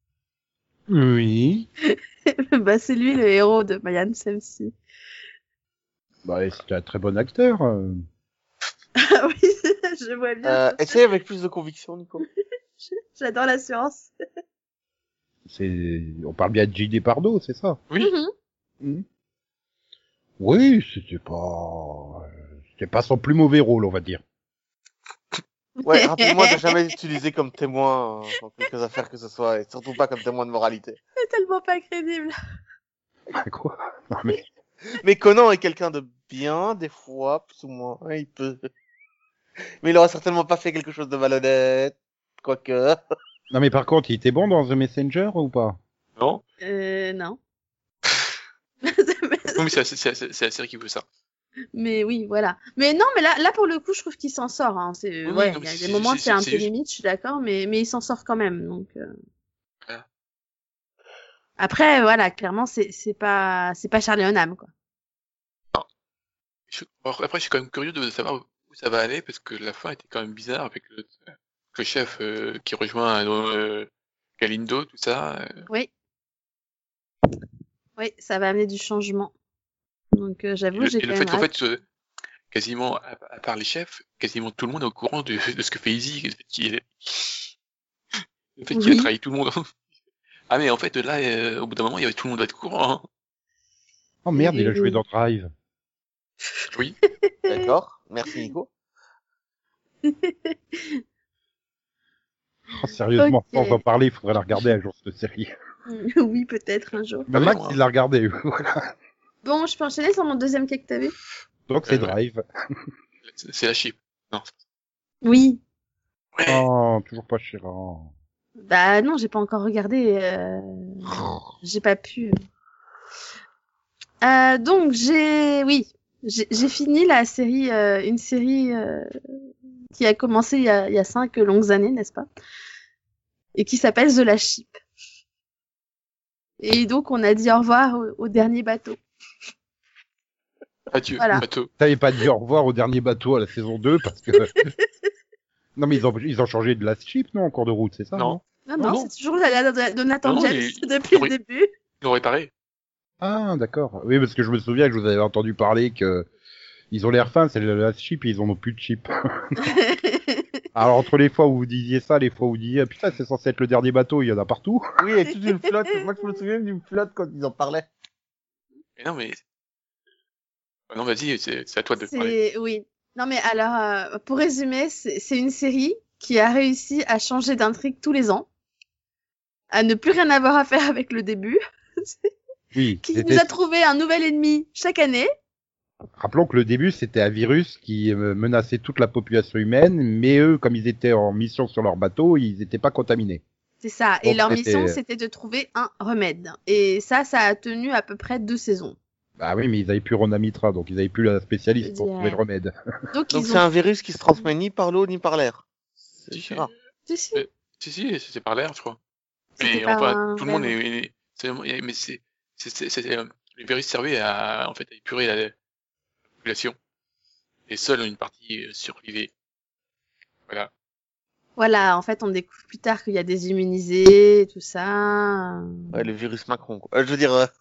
Oui. Bah c'est lui le héros de My Handsome Sea. Bah, c'était un très bon acteur. euh. Ah oui, je vois bien. Euh, essaye avec plus de conviction, Nico. J'adore l'assurance. C'est, on parle bien de J D Pardo, c'est ça? Oui, Mhm. Mhm. Oui, c'était pas, c'était pas son plus mauvais rôle, on va dire. Ouais, rappelle-moi de jamais l'utiliser comme témoin euh, dans quelques affaires que ce soit, et surtout pas comme témoin de moralité. C'est tellement pas crédible. Quoi? Non, mais, Mais Conan est quelqu'un de bien, des fois, plus ou moins, ouais, il peut. Mais il aura certainement pas fait quelque chose de malhonnête, quoique. non, mais par contre, il était bon dans The Messenger ou pas? non. Euh, non. Non, mais c'est, c'est, c'est, c'est la série qui veut ça. Mais oui, voilà. Mais non, mais là, là pour le coup, je trouve qu'il s'en sort. Hein. C'est, Oui, ouais, non, il y a mais des c'est- moments, c'est- c'est un c'est peu juste- limite, je suis d'accord, mais, mais il s'en sort quand même. Donc euh. Voilà. Après, voilà, clairement, c'est, c'est pas, c'est pas Charlie Hunnam, quoi. Je- alors, après, je suis quand même curieux de savoir où ça va aller, parce que la fin était quand même bizarre avec le, le chef euh, qui rejoint euh, Galindo, tout ça. euh. Oui. Oui, ça va amener du changement. Donc euh, Et j'avoue, le, j'ai et quand le même fait qu'en hâte. fait, euh, quasiment, à, à part les chefs, quasiment tout le monde est au courant de, de ce que fait Izzy, le fait qu'il, le fait qu'il a Oui. trahi tout le monde. Ah mais en fait, là, euh, au bout d'un moment, il y avait tout le monde doit être au courant. Hein. Oh merde, il a Et- joué dans Drive. Oui. D'accord. Merci, Nico. Oh, sérieusement, Ok. sans en parler, il faudrait la regarder un jour, cette série. Oui, peut-être un jour. Bah, Ouais, Max, moi. il l'a regardé. Voilà. Bon, je peux enchaîner sur mon deuxième quai que t'as vu? Donc, c'est Euh, ouais. Drive. C'est c'est la chip. Non. Oui. Ouais. Oh, toujours pas Chiran. Bah non, j'ai pas encore regardé. Euh... J'ai pas pu. Euh, donc j'ai, oui, j'ai j'ai fini la série, euh, une série euh, qui a commencé il y a, il y a cinq longues années, n'est-ce pas? Et qui s'appelle The Last Ship. Et donc on a dit au revoir au, au dernier bateau. Adieu, Voilà. bateau. T'avais pas dit au revoir au dernier bateau à la saison deux parce que... non, mais ils ont, ils ont changé de Last Ship, non, en cours de route, c'est ça? Non. Non, Non, non, non. c'est toujours la de, de Nathan Non, James il- depuis il- le début. Ils l'ont réparé. Ah, d'accord. Oui, parce que je me souviens que je vous avais entendu parler que ils ont l'air fins, c'est le Last Ship et ils en ont plus de chip. Alors, entre les fois où vous disiez ça, les fois où vous disiez, ah, putain, c'est censé être le dernier bateau, il y en a partout. Oui, et toute une flotte. Moi, je me souviens d'une flotte quand ils en parlaient. Mais non, mais. Ah non, vas-y, c'est c'est à toi de parler. C'est, oui. Non, mais alors, euh, pour résumer, c'est c'est une série qui a réussi à changer d'intrigue tous les ans, à ne plus rien avoir à faire avec le début, Oui. qui c'était- nous a trouvé un nouvel ennemi chaque année. Rappelons que le début, c'était un virus qui euh, menaçait toute la population humaine, mais eux, comme ils étaient en mission sur leur bateau, ils n'étaient pas contaminés. C'est ça. Et Donc, leur c'était- mission, c'était de trouver un remède. Et ça, ça a tenu à peu près deux saisons. Bah oui, mais ils avaient plus Rona Mitra, donc ils avaient plus la spécialiste pour Ouais. trouver le remède. Donc, Donc ils c'est ont... un virus qui se transmet ni par l'eau ni par l'air. C'est Si, c'est si. rare. Si, si. Euh, Si, si, c'était par l'air, je crois. C'était Mais par enfin, un tout le monde verre. est, est- c'est, mais c'est, c'est, c'est, c'est- euh, le virus servait à, en fait, à épurer la, la population. Et seule une partie euh, survivait. Voilà. Voilà, en fait, on découvre plus tard qu'il y a des immunisés, tout ça. Ouais, le virus Macron, quoi. Euh, je veux dire, euh,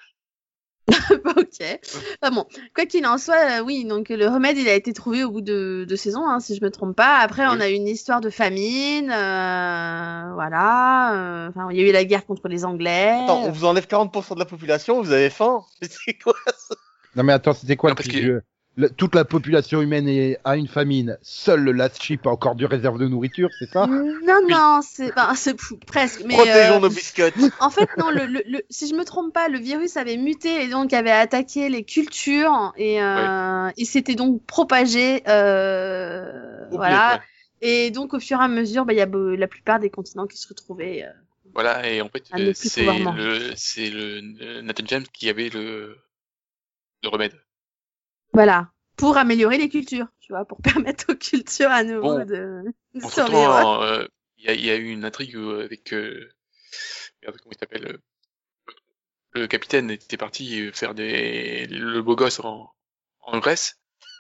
Ok. Ah bon, quoi qu'il en soit, euh, oui, donc le remède, il a été trouvé au bout de deux saisons, hein, si je me trompe pas. Après, Oui. on a eu une histoire de famine, euh, voilà. euh, Enfin, il y a eu la guerre contre les Anglais. attends, on vous enlève quarante pour cent de la population, vous avez faim. Mais c'est quoi ça? Non mais attends, c'était quoi Non, le parce petit que- jeu Le- Toute la population humaine est, a une famine. Seul le last ship a encore du réserve de nourriture, c'est ça Non, Oui. non, c'est ben, c'est fou, presque. Mais Protégeons euh, nos biscottes. en fait, non, le, le, le- si je me trompe pas, le virus avait muté et donc avait attaqué les cultures et euh, il s'était donc propagé, euh, Au voilà. blé, Et donc, au fur et à mesure, bah, il y a be- la plupart des continents qui se retrouvaient. euh, Voilà, et en fait, À ne euh, plus c'est pouvoir manger. le, c'est le euh, Nathan James qui avait le, le remède. Voilà. Pour améliorer les cultures, tu vois, pour permettre aux cultures à nouveau Bon. de, de Entre survivre. temps, euh, il y a, il y a eu une intrigue euh, avec, euh, merde, comment il s'appelle, euh, le capitaine était parti faire des, le beau gosse en, en Grèce.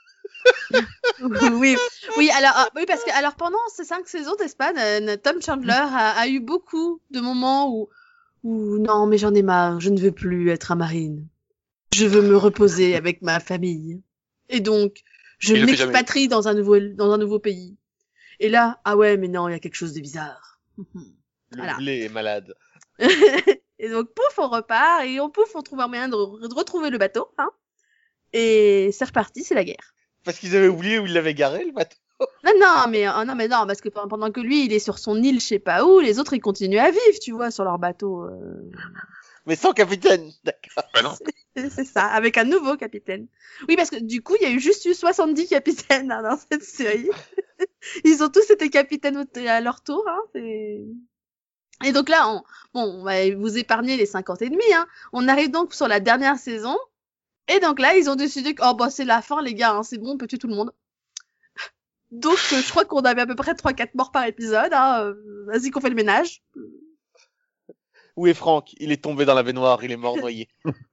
oui, oui, alors, ah, oui, parce que alors pendant ces cinq saisons d'Espagne, euh, Tom Chandler a, a eu beaucoup de moments où, où non, mais j'en ai marre, je ne veux plus être un marine. Je veux me reposer avec ma famille. Et donc, je Il le fait jamais. m'expatrie dans un nouveau, dans un nouveau pays. Et là, ah ouais, mais non, il y a quelque chose de bizarre. Le Voilà. blé est malade. Et donc, pouf, on repart, et on pouf, on trouve un moyen de, re- de retrouver le bateau, hein. Et c'est reparti, c'est la guerre. Parce qu'ils avaient oublié où ils l'avaient garé, le bateau. Non, non, mais, euh, non, mais non, parce que pendant pendant que lui, il est sur son île, je sais pas où, les autres, ils continuent à vivre, tu vois, sur leur bateau. euh. Mais sans capitaine. D'accord. Bah non. C'est c'est ça, avec un nouveau capitaine. Oui, parce que du coup, il y a eu juste eu soixante-dix capitaines hein, dans cette série. Ils ont tous été capitaines au- à leur tour. Hein, c'est- et donc là, on, bon, on va vous épargner les cinquante et demi. Hein. On arrive donc sur la dernière saison. Et donc là, ils ont décidé que oh, bah, c'est la fin, les gars, hein, c'est bon, on peut tuer tout le monde. Donc, euh, je crois qu'on avait à peu près trois quatre morts par épisode. Hein. euh, Vas-y qu'on fait le ménage. Où est Franck? Il est tombé dans la baignoire, il est mort noyé.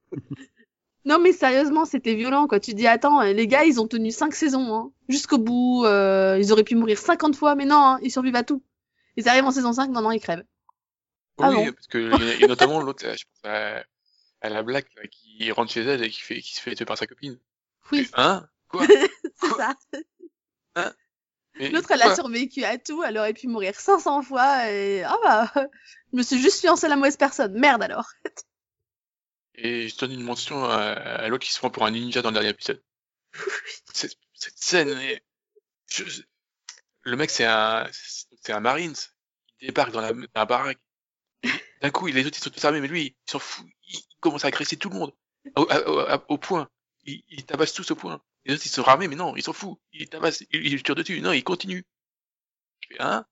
Non mais sérieusement, c'était violent quoi. Tu dis attends, euh, les gars, ils ont tenu cinq saisons hein. Jusqu'au bout, euh, ils auraient pu mourir cinquante fois mais non, hein, ils survivent à tout. Ils arrivent en saison cinq, non non, ils crèvent. Ah oui, bon. parce que il y a- il y a notamment l'autre, là, je pense à, à la blague là, qui rentre chez elle et qui fait, qui se fait tuer par sa copine. Oui, Hein? Quoi? c'est ça. Mais L'autre elle a quoi survécu à tout, elle aurait pu mourir cinq cents fois et ah bah je me suis juste fiancée à la mauvaise personne. Merde alors. Et je donne une mention à, à l'autre qui se prend pour un ninja dans le dernier épisode. Cette, cette scène, est- je- je- le mec c'est un, c'est un Marines. Il débarque dans la, dans la baraque. D'un coup, les autres ils sont tous armés, mais lui, il s'en fout. Il, il commence à agresser tout le monde. Au, à- au, à- au point. Il, il tabasse tous au point. Les autres ils sont armés, mais non, il s'en fout. Il tabasse, il, il tire dessus. Non, il continue. Je fais, hein?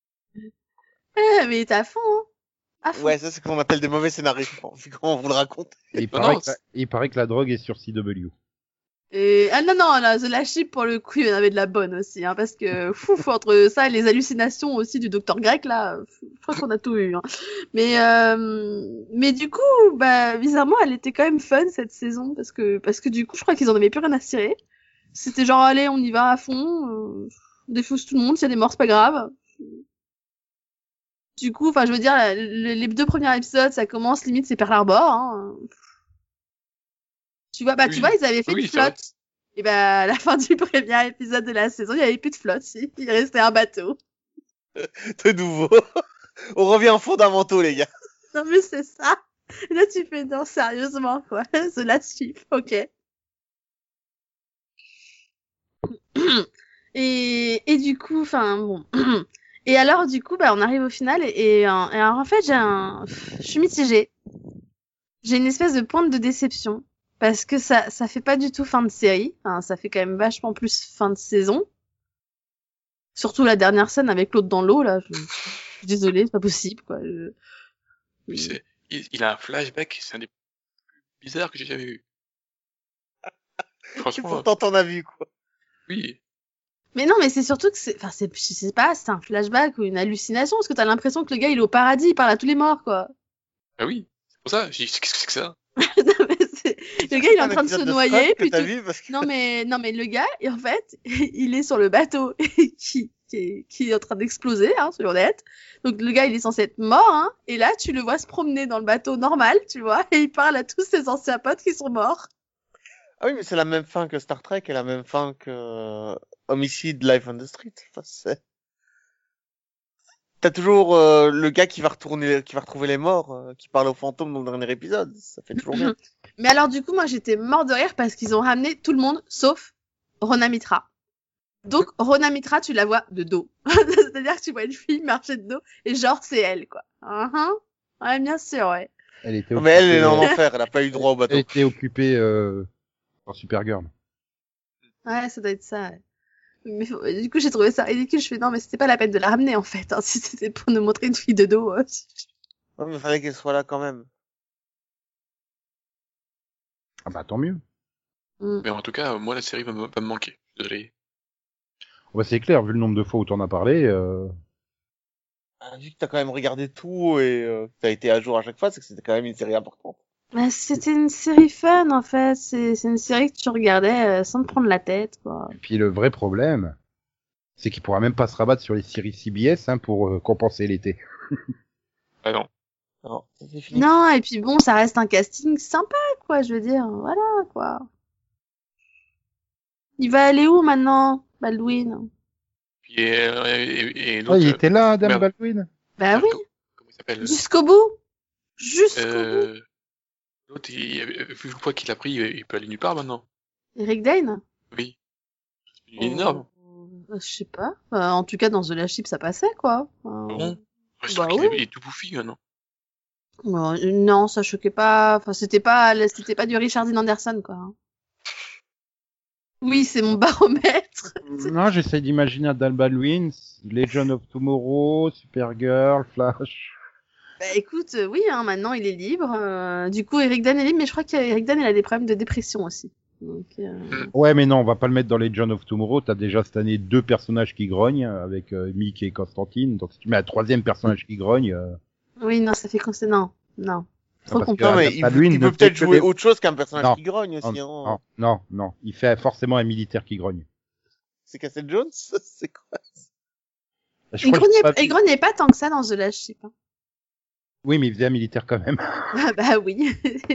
Eh, mais t'es à fond hein. À fond. Ouais, ça c'est ce qu'on appelle des mauvais scénaristes, vu comment on vous le raconte. Et il, Non, paraît non, que la, il paraît que la drogue est sur C W. Et ah non non là, The Last Ship pour le coup il y en avait de la bonne aussi hein, parce que fou, fou, entre ça et les hallucinations aussi du docteur grec là, je crois qu'on a tout eu hein. Mais euh, mais du coup bah bizarrement elle était quand même fun cette saison parce que parce que du coup je crois qu'ils en avaient plus rien à cirer. C'était genre allez on y va à fond, euh, on défausse tout le monde, s'il y a des morts c'est pas grave. Du coup enfin je veux dire le- les deux premiers épisodes ça commence limite c'est Pearl Harbor hein. Tu vois, bah, Oui. tu vois, ils avaient fait Oui, une c'est vrai. flotte. Et bah, à la fin du premier épisode de la saison, il y avait plus de flotte, si. Il restait un bateau. De nouveau. On revient aux fondamentaux, les gars. Non, mais c'est ça. Et là, tu fais, non, sérieusement, quoi. The Last Ship, ok. Et, et du coup, enfin, bon. Et alors, du coup, bah, on arrive au final, et, et, euh, et alors, en fait, j'ai un, je suis mitigée. J'ai une espèce de pointe de déception. Parce que ça, ça fait pas du tout fin de série. Hein, ça fait quand même vachement plus fin de saison. Surtout la dernière scène avec l'autre dans l'eau, là. Je, je suis désolée, c'est pas possible, quoi. Je... Puis c'est- il, il a un flashback, c'est un des plus bizarres que j'ai jamais vu. Et Franchement, pourtant, t'en as vu, quoi. oui. Mais non, mais c'est surtout que c'est, enfin, c'est, je sais pas, c'est un flashback ou une hallucination, parce que t'as l'impression que le gars, il est au paradis, il parle à tous les morts, quoi. Ah oui. C'est pour ça. J'ai dit, qu'est-ce que c'est que ça? Non, mais c'est- Le gars, il est en train de se noyer, puis que t'as tout- vu parce que... Non, mais, non, mais le gars, et en fait, il est sur le bateau, qui, qui est, qui est en train d'exploser, hein, soyons honnêtes. Donc, le gars, il est censé être mort, hein, et là, tu le vois se promener dans le bateau normal, tu vois, et il parle à tous ses anciens potes qui sont morts. Ah oui, mais c'est la même fin que Star Trek et la même fin que euh, Homicide Life on the Street. Enfin, c'est... T'as toujours euh, le gars qui va retourner, qui va retrouver les morts, euh, qui parle aux fantômes dans le dernier épisode. Ça fait toujours bien. Mais alors, du coup, moi, j'étais mort de rire parce qu'ils ont ramené tout le monde, sauf Rona Mitra. Donc, Rona Mitra, tu la vois de dos. C'est-à-dire que tu vois une fille marcher de dos, et genre, c'est elle, quoi. Uh-huh. Ouais, bien sûr, ouais. Elle était Non, mais elle, elle est en occupée, enfer, elle a pas eu droit au bateau. elle était occupée euh, par Supergirl. Ouais, ça doit être ça, ouais. Mais faut- du coup, j'ai trouvé ça ridicule. Je fais, non, mais c'était pas la peine de la ramener, en fait, hein, si c'était pour nous montrer une fille de dos. euh. Ouais, mais fallait qu'elle soit là quand même. Ah bah tant mieux. Mm. Mais en tout cas, moi, la série va me, va me manquer. Désolé. Bah c'est clair, vu le nombre de fois où t'en as parlé. Euh... Ah, vu que t'as quand même regardé tout et euh, que t'as été à jour à chaque fois, c'est que c'était quand même une série importante. Bah, c'était une série fun, en fait. C'est, c'est une série que tu regardais euh, sans te prendre la tête, quoi. Et puis le vrai problème, c'est qu'il pourra même pas se rabattre sur les séries C B S hein, pour euh, compenser l'été. Ah non. Non, ça c'est fini. Non, et puis bon, ça reste un casting sympa, quoi, je veux dire. Voilà, quoi. Il va aller où maintenant, Baldwin? Puis, euh, et, et Ah, l'autre, il était là, Dan merde. Baldwin. Bah euh, oui, co- Comment il s'appelle? jusqu'au bout. Jusqu'au bout. Euh, l'autre, il, vu le poids qu'il a pris, il peut aller nulle part maintenant. Eric Dane? Oui. Il est énorme. Euh, je sais pas. Euh, en tout cas, dans The Last Ship, ça passait, quoi. Euh, Bon. Je bah trouve qu'il oui. est, il est tout bouffi maintenant. euh, non, ça choquait pas. Enfin, c'était pas, c'était pas du Richard Dean Anderson, quoi. hein. Oui, c'est mon baromètre. Non, j'essaie d'imaginer un Dan Baldwin, Legend of Tomorrow, Supergirl, Flash. Bah écoute, euh, oui, hein, maintenant il est libre. euh, du coup, Eric Dane est libre, mais je crois qu'Eric Dane il a des problèmes de dépression aussi. Donc, euh... Ouais, mais non, on va pas le mettre dans Legend of Tomorrow. T'as déjà cette année deux personnages qui grognent avec euh, Mick et Constantine. Donc si tu mets un troisième personnage qui grogne, euh, oui, non, ça fait qu'on sait non, non. Trop parce que content. Non, mais Dan il, Baldwin il ne peut fait peut-être que jouer des- autre chose qu'un personnage Non. qui grogne aussi. Non, Hein. non, non, non. Il fait forcément un militaire qui grogne. C'est Castle Jones? C'est quoi? Je Il crois que j'ai grognait, pas vu. il grognait pas tant que ça dans The Last Ship. Hein. Oui, mais il faisait un militaire quand même. Ah bah oui.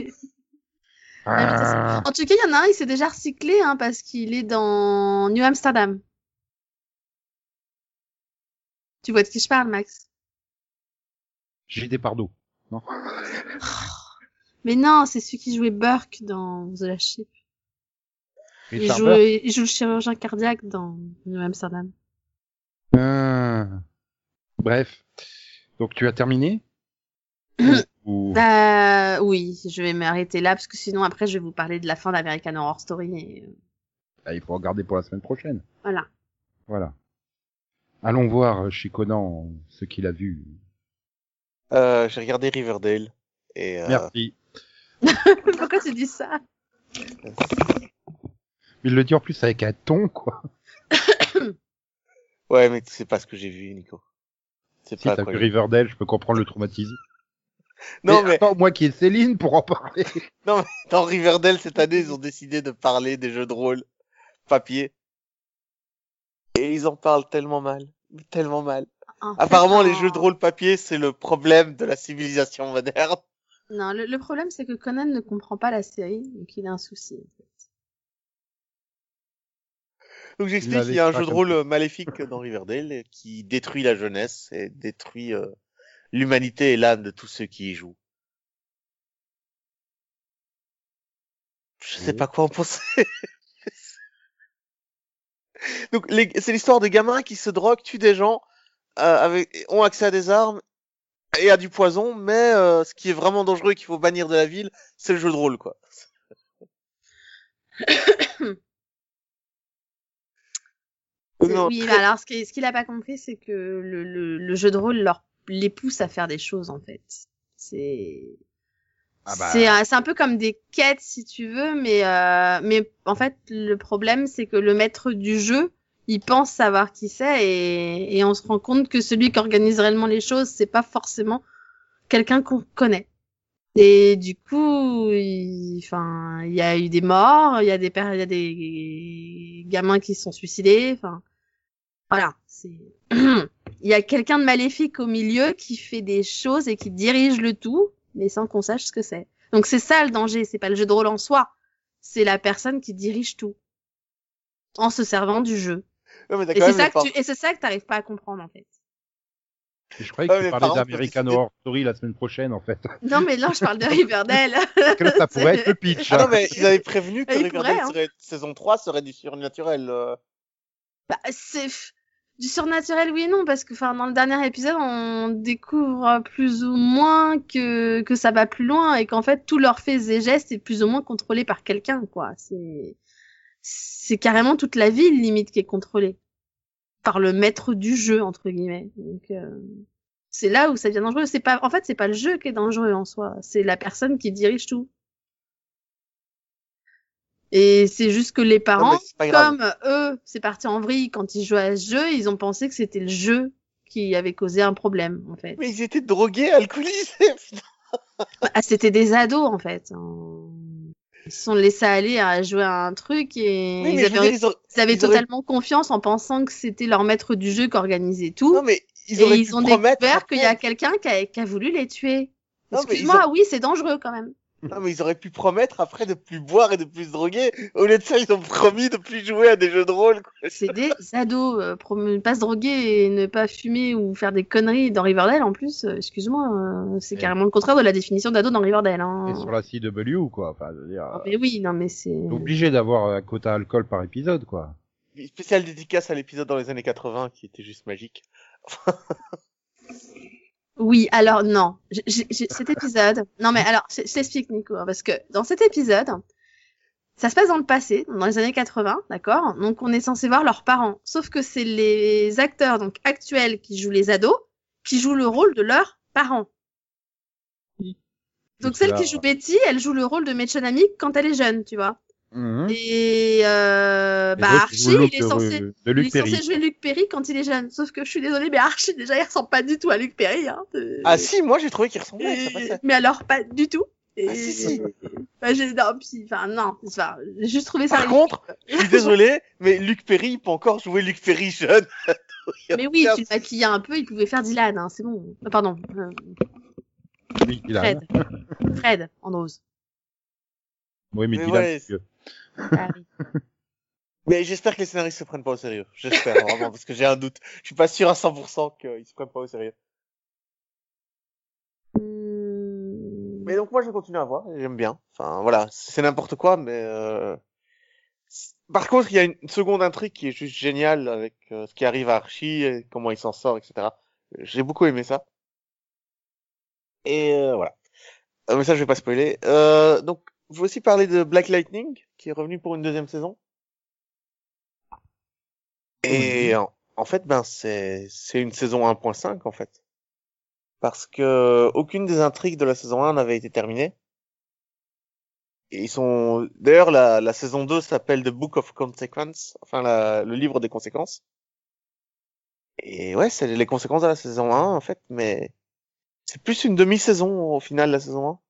Ah. En tout cas, il y en a un, il s'est déjà recyclé, hein, parce qu'il est dans New Amsterdam. Tu vois de qui je parle, Max? J'ai des pardos. Mais non, c'est celui qui jouait Burke dans The Last Ship. Il Richard joue, Burke. il joue le chirurgien cardiaque dans New Amsterdam. Ah. Bref. Donc tu as terminé Ou- Bah oui, je vais m'arrêter là parce que sinon après je vais vous parler de la fin d'American Horror Story. Et... euh, Ah, il faut regarder pour la semaine prochaine. Voilà. Voilà. Allons voir chez Conan ce qu'il a vu. Euh, j'ai regardé Riverdale. Et, euh, Merci. Pourquoi tu dis ça? Il le dit en plus avec un ton, quoi. Ouais, mais c'est pas ce que j'ai vu, Nico. C'est Si pas t'as quoi vu j'ai vu. Riverdale, je peux comprendre le traumatisme. Non, mais Attends, moi qui est Céline pour en parler. dans Riverdale, cette année, ils ont décidé de parler des jeux de rôle papier. Et ils en parlent tellement mal. Tellement mal. En fait, Apparemment, les non. jeux de rôle papier, c'est le problème de la civilisation moderne. Non, le, le problème c'est que Conan ne comprend pas la série, donc il a un souci. En fait. Donc Il j'explique l'avait qu'il y a un pas jeu de comme rôle euh, maléfique dans Riverdale qui détruit la jeunesse et détruit euh, l'humanité et l'âme de tous ceux qui y jouent. Je sais Oui. pas quoi en penser. Donc les- c'est l'histoire de gamins qui se droguent, tuent des gens, euh, avec, ont accès à des armes et à du poison, mais euh, ce qui est vraiment dangereux et qu'il faut bannir de la ville, c'est le jeu de rôle, quoi. Donc, C'est- non, oui, très- mais alors ce qu'il ce qu'il a pas compris, c'est que le, le, le jeu de rôle leur les pousse à faire des choses en fait. C'est Ah bah, C'est un- c'est un peu comme des quêtes si tu veux, mais euh, mais en fait le problème c'est que le maître du jeu il pense savoir qui c'est et et on se rend compte que celui qui organise réellement les choses c'est pas forcément quelqu'un qu'on connaît. Et du coup, il, enfin, il y a eu des morts, il y a des pères, il y a des gamins qui se sont suicidés, enfin, voilà. C'est, il y a quelqu'un de maléfique au milieu qui fait des choses et qui dirige le tout, mais sans qu'on sache ce que c'est. Donc c'est ça le danger, c'est pas le jeu de rôle en soi, c'est la personne qui dirige tout en se servant du jeu. Ouais, mais t'as Et quand c'est même ça les que par- tu, et c'est ça que t'arrives pas à comprendre en fait. je croyais Ouais, que tu mes parlais parents peuvent d'American décider- Horror Story la semaine prochaine, en fait. Non mais là je parle de Riverdale. Parce que là, ça pourrait être le pitch. Ah non, hein. mais ils avaient prévenu que Il Riverdale pourrait, hein. serait, saison trois serait du surnaturel. euh. Bah, c'est f- du surnaturel, oui et non, parce que, enfin, dans le dernier épisode, on découvre plus ou moins que que ça va plus loin et qu'en fait, tous leurs faits et gestes est plus ou moins contrôlé par quelqu'un, quoi. C'est c'est carrément toute la ville limite qui est contrôlée par le maître du jeu entre guillemets. Donc euh, c'est là où ça devient dangereux. C'est pas, en fait, c'est pas le jeu qui est dangereux en soi, c'est la personne qui dirige tout. Et c'est juste que les Non, parents, mais c'est pas grave. comme eux, c'est parti en vrille quand ils jouaient à ce jeu, ils ont pensé que c'était le jeu qui avait causé un problème, en fait. Mais ils étaient drogués, alcoolisés. Ah, c'était des ados, en fait. Euh, Ils se sont laissés aller à jouer à un truc et Oui, ils mais je veux avaient, dire, ils auraient... ils avaient ils auraient- totalement confiance en pensant que c'était leur maître du jeu qui organisait tout. Non, mais ils Et auraient ils pu ont promettre découvert après- qu'il y a quelqu'un qui a, qui a voulu les tuer. Non, mais ils Excuse-moi, ont- oui, c'est dangereux quand même. Non, mais ils auraient pu promettre après de plus boire et de plus se droguer. Au lieu de ça, ils ont promis de plus jouer à des jeux de rôle, quoi. C'est des ados, euh, pour ne pas se droguer et ne pas fumer ou faire des conneries dans Riverdale, en plus, euh, excuse-moi, euh, c'est Et- carrément le contraire de la définition d'ado dans Riverdale. Hein. Et sur la C W, quoi. Enfin, je veux dire, Ah, mais oui, non mais c'est... t'es obligé d'avoir un quota alcool par épisode, quoi. Spécial dédicace à l'épisode dans les années quatre-vingts qui était juste magique. Oui, alors non, J'ai- j'ai- j'ai- cet épisode... Non mais alors, je, je t'explique Nico, hein, parce que dans cet épisode, ça se passe dans le passé, dans les années quatre-vingts, d'accord? Donc on est censé voir leurs parents, sauf que c'est les acteurs donc actuels qui jouent les ados, qui jouent le rôle de leurs parents. Donc celle là, qui joue Betty, elle joue le rôle de Méchonami quand elle est jeune, tu vois. Mhm. Et euh, Et bah l'autre, Archie, joue Luke, il est censé, euh, de il Luc est censé Perry. jouer Luc Perry quand il est jeune. Sauf que je suis désolée, mais Archie déjà il ressemble pas du tout à Luc Perry. Hein. Euh, Ah si, moi j'ai trouvé qu'il ressemblait, et- ça passait. mais alors pas du tout. Et... Ah si, si. Bah, j'ai, non, puis, enfin non, enfin, j'ai juste trouvé ça. Par ridicule. contre, je suis désolé, mais Luc Perry, il peut encore jouer Luc Perry jeune. Mais oui, tu le maquillais un peu, il pouvait faire Dylan, hein, c'est bon. Euh, pardon, euh, Oui, il a- Fred, Fred, Andrews. Oui, mais Mais Dylan, ouais, c'est mieux. Ah oui. Mais j'espère que les scénaristes se prennent pas au sérieux. J'espère, vraiment, parce que j'ai un doute. Je suis pas sûr à cent pour cent qu'ils se prennent pas au sérieux. Hum, Mais donc moi je continue à voir, et j'aime bien. Enfin voilà, c'est n'importe quoi, mais euh... par contre il y a une seconde intrigue qui est juste géniale avec euh, ce qui arrive à Archie, et comment il s'en sort, et cetera. J'ai beaucoup aimé ça. Et euh, voilà. Euh, mais ça je vais pas spoiler. Euh, donc je vais aussi parler de Black Lightning qui est revenu pour une deuxième saison. Et en, en fait ben c'est c'est une saison un point cinq en fait. Parce que aucune des intrigues de la saison un n'avait été terminée. Et ils sont, d'ailleurs, la, la saison deux s'appelle The Book of Consequence, enfin, la, le livre des conséquences. Et ouais, c'est les conséquences de la saison un, en fait, mais c'est plus une demi-saison, au final, la saison un.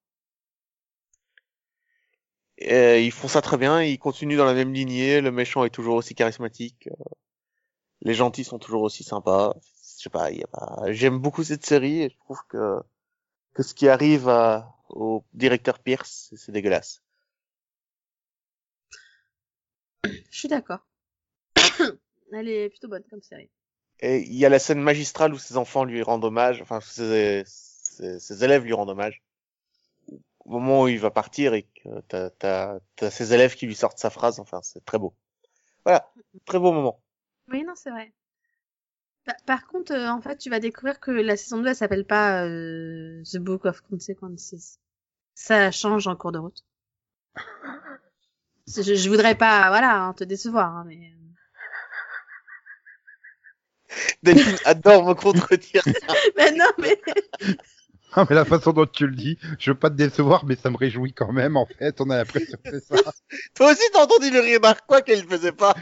Et ils font ça très bien, ils continuent dans la même lignée, le méchant est toujours aussi charismatique, les gentils sont toujours aussi sympas. Je sais pas, il y a pas, j'aime beaucoup cette série et je trouve que, que ce qui arrive à, au directeur Pierce, c'est, c'est dégueulasse. Je suis d'accord. Elle est plutôt bonne comme série. Et il y a la scène magistrale où ses enfants lui rendent hommage, enfin, ses, ses, ses élèves lui rendent hommage. Au moment où il va partir et que t'as, t'as, t'as ses élèves qui lui sortent sa phrase, enfin, c'est très beau. Voilà. Très beau moment. Oui, non, c'est vrai. Par, par contre, euh, en fait, tu vas découvrir que la saison deux, elle s'appelle pas euh, The Book of Consequences. Ça change en cours de route. Je, je voudrais pas, voilà, hein, te décevoir, hein, mais... Delphine adore me contredire. mais non, mais... Ah, mais la façon dont tu le dis, je veux pas te décevoir, mais ça me réjouit quand même, en fait, on a l'impression que c'est ça. Toi aussi, t'as entendu le rire quoi qu'elle le faisait pas.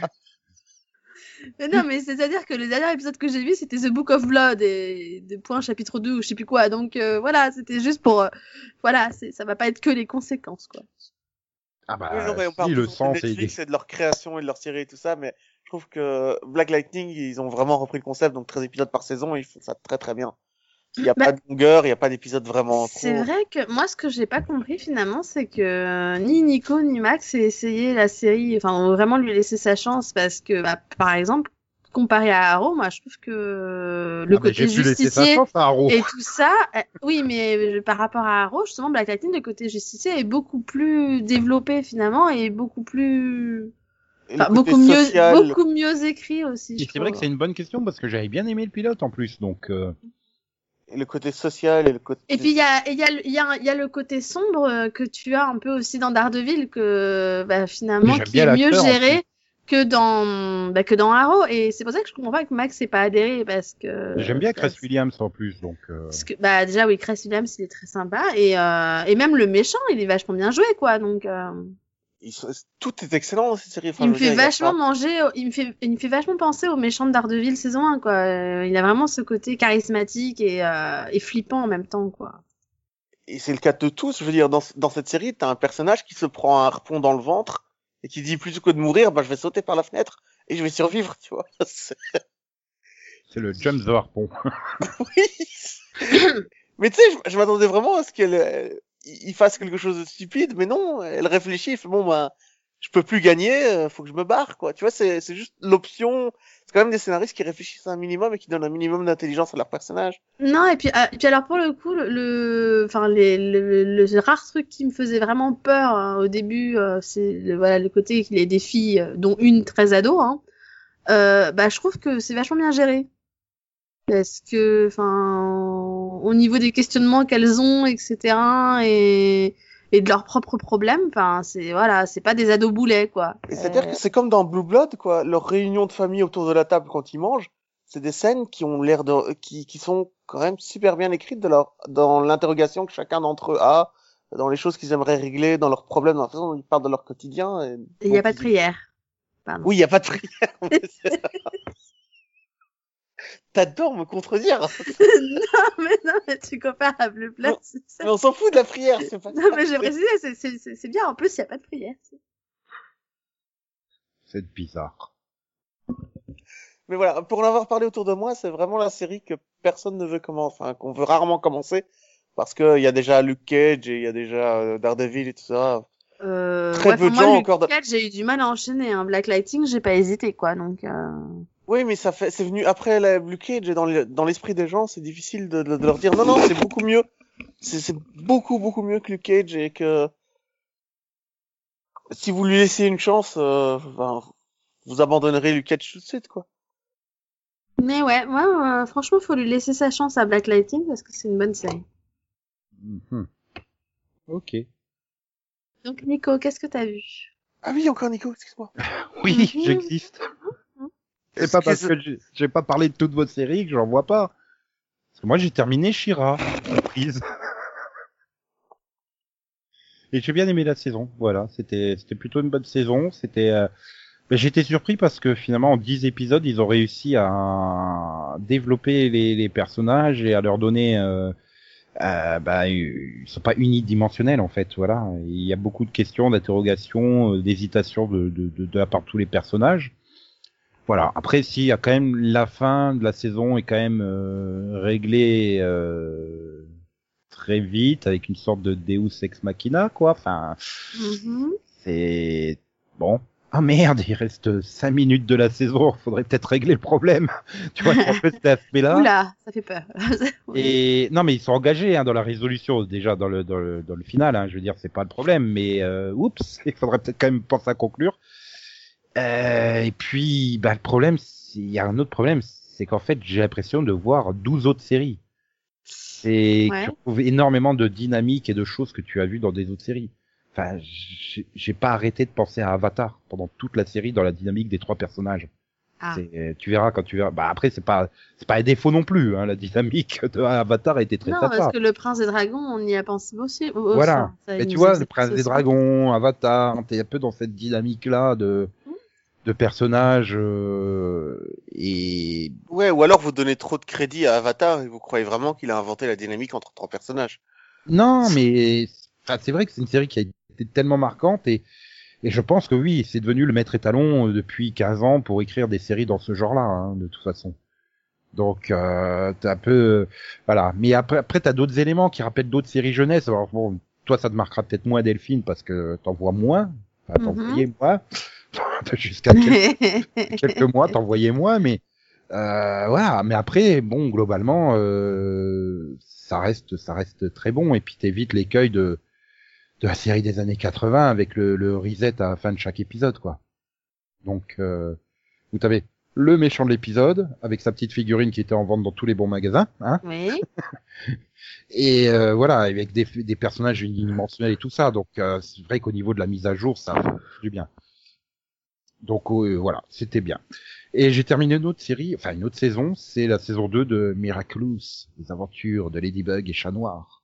Mais non, mais c'est-à-dire que le dernier épisode que j'ai vu, c'était The Book of Blood et de point chapitre deux ou je sais plus quoi. Donc euh, voilà, c'était juste pour euh, voilà, c'est ça va pas être que les conséquences quoi. Ah bah, Oui, non, mais on si, parle le toujours sens de et Netflix et de leur création et de leur série et tout ça, mais je trouve que Black Lightning, ils ont vraiment repris le concept, donc treize épisodes par saison, et ils font ça très très bien. Il y a Bah, pas de longueur, il y a pas d'épisodes vraiment c'est trop. vrai que moi, ce que j'ai pas compris finalement, c'est que euh, ni Nico ni Max aient essayé la série, enfin, ont vraiment lui laisser sa chance parce que, bah, par exemple, comparé à Arrow, moi, je trouve que le Ah, mais côté j'ai pu laisser sa justicier chance à Arrow. et tout ça, euh, oui, mais euh, par rapport à Arrow, justement, Black Lightning, le côté justicier est beaucoup plus développé finalement et beaucoup plus, Et le enfin, côté beaucoup mieux, social, beaucoup mieux écrit aussi. Et je c'est vrai que trouve. c'est une bonne question parce que j'avais bien aimé le pilote en plus, donc euh, et le côté social et le côté. Et puis il y a il y a il y a il y a le côté sombre euh, que tu as un peu aussi dans Daredevil que bah, finalement j'aime qui bien est mieux l'acteur, en géré que dans bah, que dans Arrow et c'est pour ça que je comprends pas que Max n'ait pas adhéré parce que j'aime bien Chris parce, Williams en plus, donc euh, parce que bah déjà oui Chris Williams il est très sympa et euh, et même le méchant il est vachement bien joué quoi donc euh, Ils sont... Tout est excellent dans cette série. Enfin, il me je veux dire, fait il y a vachement pas- manger au- il me fait il me fait vachement penser au méchant de Daredevil saison un quoi. Euh, il a vraiment ce côté charismatique et euh, et flippant en même temps quoi. Et c'est le cas de tous. Je veux dire, dans, dans cette série, t'as un personnage qui se prend un harpon dans le ventre et qui dit plutôt que de mourir, bah, je vais sauter par la fenêtre et je vais survivre, tu vois. C'est- c'est le James the Harpon. Oui. Mais tu sais, je, je m'attendais vraiment à ce qu'elle euh, il fasse quelque chose de stupide, mais non, elle réfléchit, elle fait bon bah je peux plus gagner, euh, faut que je me barre quoi. Tu vois, c'est c'est juste l'option. C'est quand même des scénaristes qui réfléchissent un minimum et qui donnent un minimum d'intelligence à leur personnage. Non, et puis, ah, et puis alors pour le coup, le, le- enfin les, le, le rare truc qui me faisait vraiment peur hein, au début, euh, c'est le, voilà le côté qu'il y ait des filles, euh, dont une très ado, hein. Euh, bah je trouve que c'est vachement bien géré parce que, enfin, au niveau des questionnements qu'elles ont, et cetera et et de leurs propres problèmes, enfin c'est voilà, c'est pas des ados boulets quoi. Et c'est-à-dire Euh, que c'est comme dans Blue Blood, quoi. Leur réunion de famille autour de la table quand ils mangent, c'est des scènes qui ont l'air de, qui, qui sont quand même super bien écrites de leur, dans l'interrogation que chacun d'entre eux a, dans les choses qu'ils aimeraient régler, dans leurs problèmes, dans la façon dont ils parlent de leur quotidien. Et Il y a donc, pas de ils- prière. Pardon. Oui, il y a pas de prière. mais c'est- T'adores me contredire. non mais non, mais tu compares à Blue Blood, Non. c'est ça. Mais on s'en fout de la prière, c'est pas Non, mais j'ai précisé, c'est, c'est, c'est, c'est bien. En plus, il n'y a pas de prière. C'est bizarre. Mais voilà, pour en avoir parlé autour de moi, c'est vraiment la série que personne ne veut commencer, enfin, qu'on veut rarement commencer, parce que il y a déjà Luke Cage et il y a déjà euh, Daredevil et tout ça. Euh, Très ouais, peu enfin, de moi, gens Luke encore de- Cage, j'ai eu du mal à enchaîner. Hein. Black Lightning, j'ai pas hésité, quoi. Donc, euh... Oui, mais ça fait, c'est venu après la Luke Cage et dans le- dans l'esprit des gens, c'est difficile de, de, de leur dire non, non, c'est beaucoup mieux. C'est, c'est beaucoup, beaucoup mieux que Luke Cage et que si vous lui laissez une chance, euh, ben, vous abandonnerez Luke Cage tout de suite, quoi. Mais ouais, ouais, euh, franchement, faut lui laisser sa chance à Black Lightning parce que c'est une bonne série. Mhm. Ok. Donc, Nico, qu'est-ce que t'as vu? Ah oui, encore Nico, excuse-moi. Oui, Mhm. j'existe. C'est Est-ce pas que parce c'est- que j'ai- j'ai pas parlé de toutes vos séries que j'en vois pas. Parce que moi, j'ai terminé She-Ra. Surprise. Et j'ai bien aimé la saison. Voilà, c'était c'était plutôt une bonne saison. C'était euh... ben, j'étais surpris parce que finalement en dix épisodes, ils ont réussi à développer les, les personnages et à leur donner euh, euh, bah, ils sont pas unidimensionnels en fait. Voilà, il y a beaucoup de questions, d'interrogations, euh, d'hésitations de, de, de, de la part de tous les personnages. Voilà. Après, si il y a quand même la fin de la saison est quand même euh, réglée euh, très vite avec une sorte de Deus ex machina quoi. Enfin, Mhm. c'est bon. Ah merde, il reste cinq minutes de la saison. Faudrait peut-être régler le problème. Tu vois, en fait, cet aspect-là. Oula, ça fait peur. Ouais. Et non, mais ils sont engagés hein, dans la résolution déjà dans le dans le dans le final. Hein, je veux dire, c'est pas le problème. Mais euh, oups, il faudrait peut-être quand même penser à conclure. Euh, et puis, bah, le problème, c'est- il y a un autre problème, c'est qu'en fait, j'ai l'impression de voir douze autres séries. Et Ouais. tu retrouves énormément de dynamique et de choses que tu as vues dans des autres séries. Enfin, j'ai j'ai pas arrêté de penser à Avatar pendant toute la série dans la dynamique des trois personnages. Ah. C'est, tu verras quand tu verras. Bah après, c'est pas, c'est pas un défaut non plus. Hein, la dynamique de Avatar était très Non, sympa. parce que le prince des dragons, on y a pensé aussi. au- Voilà. enfin, ça, Mais il tu nous vois, faisait le prince penser des aussi. dragons, Avatar, t'es un peu dans cette dynamique-là de, Mm. de personnages euh, et Ouais, ou alors vous donnez trop de crédit à Avatar et vous croyez vraiment qu'il a inventé la dynamique entre trois personnages. non, mais enfin, c'est vrai que c'est une série qui a été tellement marquante et et je pense que oui, c'est devenu le maître étalon euh, depuis quinze ans pour écrire des séries dans ce genre-là, hein, de toute façon. Donc, euh, t'as un peu, euh, voilà. Mais après, après t'as d'autres éléments qui rappellent d'autres séries jeunesse. Alors bon, toi, ça te marquera peut-être moins Delphine parce que t'en vois moins. Enfin, t'en Mhm. voyais moins. Jusqu'à quelques, quelques mois, t'en voyais moins, mais euh, voilà. Mais après, bon, globalement, euh, ça reste, ça reste très bon. Et puis t'évites l'écueil de de la série des années quatre-vingts avec le, le reset à la fin de chaque épisode, quoi. Donc, euh, vous savez, le méchant de l'épisode, avec sa petite figurine qui était en vente dans tous les bons magasins, hein. Oui. Et euh, voilà, avec des, des personnages unidimensionnels et tout ça. Donc, euh, c'est vrai qu'au niveau de la mise à jour, ça fait du bien. Donc, euh, voilà, c'était bien. Et j'ai terminé une autre série, enfin une autre saison, c'est la saison deux de Miraculous, les aventures de Ladybug et Chat Noir.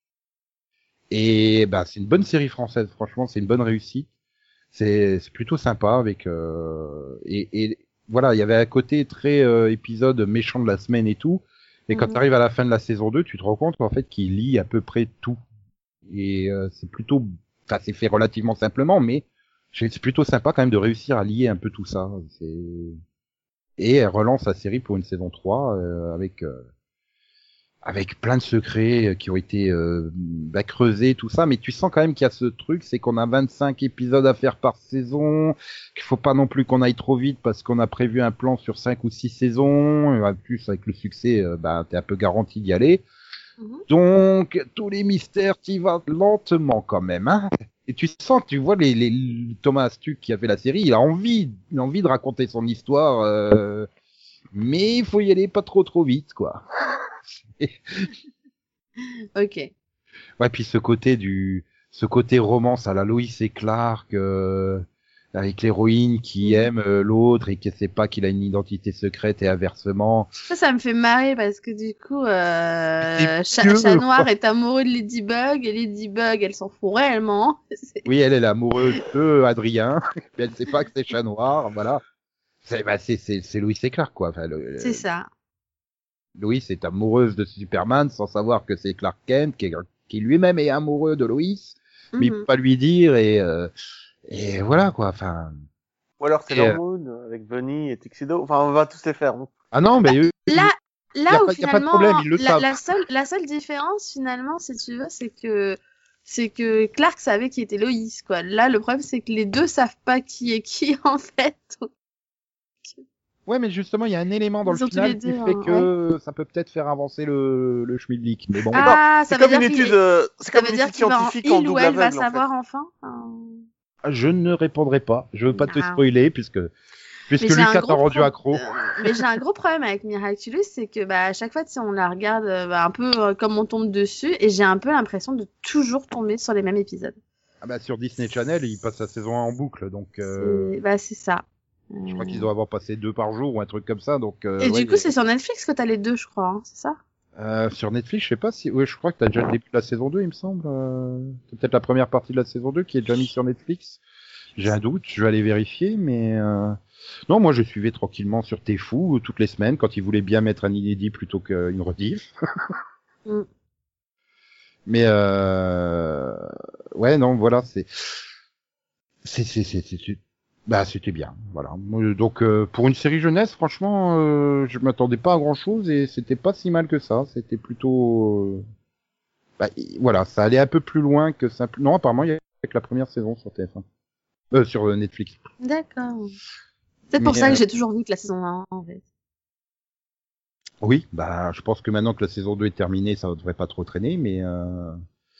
Et bah c'est une bonne série française, franchement, c'est une bonne réussite. C'est c'est plutôt sympa avec euh, et, et voilà, il y avait un côté très euh, épisode méchant de la semaine et tout. Et quand Mhm. tu arrives à la fin de la saison deux, tu te rends compte en fait qu'il lie à peu près tout. Et euh, c'est plutôt, enfin c'est fait relativement simplement, mais c'est plutôt sympa quand même de réussir à lier un peu tout ça. C'est et elle relance la série pour une saison trois euh, avec euh, avec plein de secrets qui ont été euh, bah, creusés, tout ça, mais tu sens quand même qu'il y a ce truc, c'est qu'on a vingt-cinq épisodes à faire par saison, qu'il faut pas non plus qu'on aille trop vite parce qu'on a prévu un plan sur cinq ou six saisons, et en plus avec le succès, euh, bah t'es un peu garanti d'y aller. Mhm. Donc tous les mystères, t'y vas lentement quand même, hein. Et tu sens, tu vois les, les Thomas Astuc qui a fait la série, il a envie, il a envie de raconter son histoire, euh, mais il faut y aller pas trop trop vite, quoi. Ok. Ouais, puis ce côté du, ce côté romance à la Lois et Clark, euh, avec l'héroïne qui Mhm. aime euh, l'autre et qui sait pas qu'il a une identité secrète et inversement. Ça, ça me fait marrer parce que du coup, euh, Mais Chat, c'est Chat vieux, Noir quoi. est amoureux de Ladybug et Ladybug, elle s'en fout réellement. C'est Oui, elle, elle est amoureuse de Adrien, mais elle sait pas que c'est Chat Noir, voilà. C'est, bah, c'est, c'est, c'est Lois et Clark, quoi. Enfin, le, c'est le- ça. Lois est amoureuse de Superman sans savoir que c'est Clark Kent, qui, est- qui lui-même est amoureux de Lois, mais il peut Mhm. pas lui dire et, euh, et voilà, quoi. Enfin. Ou alors Et, euh, Sailor Moon avec Bunny et Tuxedo. Enfin, on va tous les faire. hein. ah non, Bah, mais eux, là, il y là a où pas, y a pas de problème, finalement, ils le la, savent. la seule, la seule différence finalement, si tu veux, c'est que, c'est que Clark savait qui était Loïs, quoi. Là, le problème, c'est que les deux savent pas qui est qui, en fait. Donc, Ouais, mais justement, il y a un élément dans le ils sont tous les final qui deux, fait hein, ouais. que ça peut peut-être faire avancer le, le Schmidlik. Mais bon. C'est comme, Ah, c'est ça veut comme une dire qu'il étude, est, euh, c'est ça comme veut une dire étude qu'il va en, scientifique en il ou double elle va aveugle, en fait. savoir enfin. Enfin, Je ne répondrai pas. Je veux pas te non. spoiler puisque, puisque Mais j'ai un Lucas t'a gros rendu pro- accro. euh, mais j'ai un gros problème avec Miraculous, c'est que bah à chaque fois si on la regarde euh, bah, un peu euh, comme on tombe dessus et j'ai un peu l'impression de toujours tomber sur les mêmes épisodes. Ah bah, sur Disney Channel, il passe la saison un en boucle. Donc, euh, C'est bah c'est ça. je crois qu'ils Euh, doivent avoir passé deux par jour ou un truc comme ça. Donc, euh, Et ouais, du coup, c'est sur Netflix que t'as les deux, je crois, hein, c'est ça? euh, sur Netflix, je sais pas si, ouais, je crois que t'as déjà le début de la saison deux, il me semble. Euh... C'est peut-être la première partie de la saison deux qui est déjà mise sur Netflix. J'ai un doute, je vais aller vérifier, mais euh... non, moi je suivais tranquillement sur Tfou toutes les semaines quand ils voulaient bien mettre un inédit plutôt qu'une rediff. Mm. Mais euh... ouais, non, voilà, c'est c'est c'est c'est c'est bah c'était bien, voilà. Moi, donc euh, pour une série jeunesse, franchement, euh, je m'attendais pas à grand chose et c'était pas si mal que ça. C'était plutôt euh... bah, y- voilà, ça allait un peu plus loin que simple. Non, apparemment il y a que la première saison sur T F un, euh, sur euh, Netflix. D'accord. C'est Mais, pour ça euh, que j'ai toujours vu que la saison un, en fait. Oui, bah je pense que maintenant que la saison deux est terminée, ça devrait pas trop traîner, mais euh,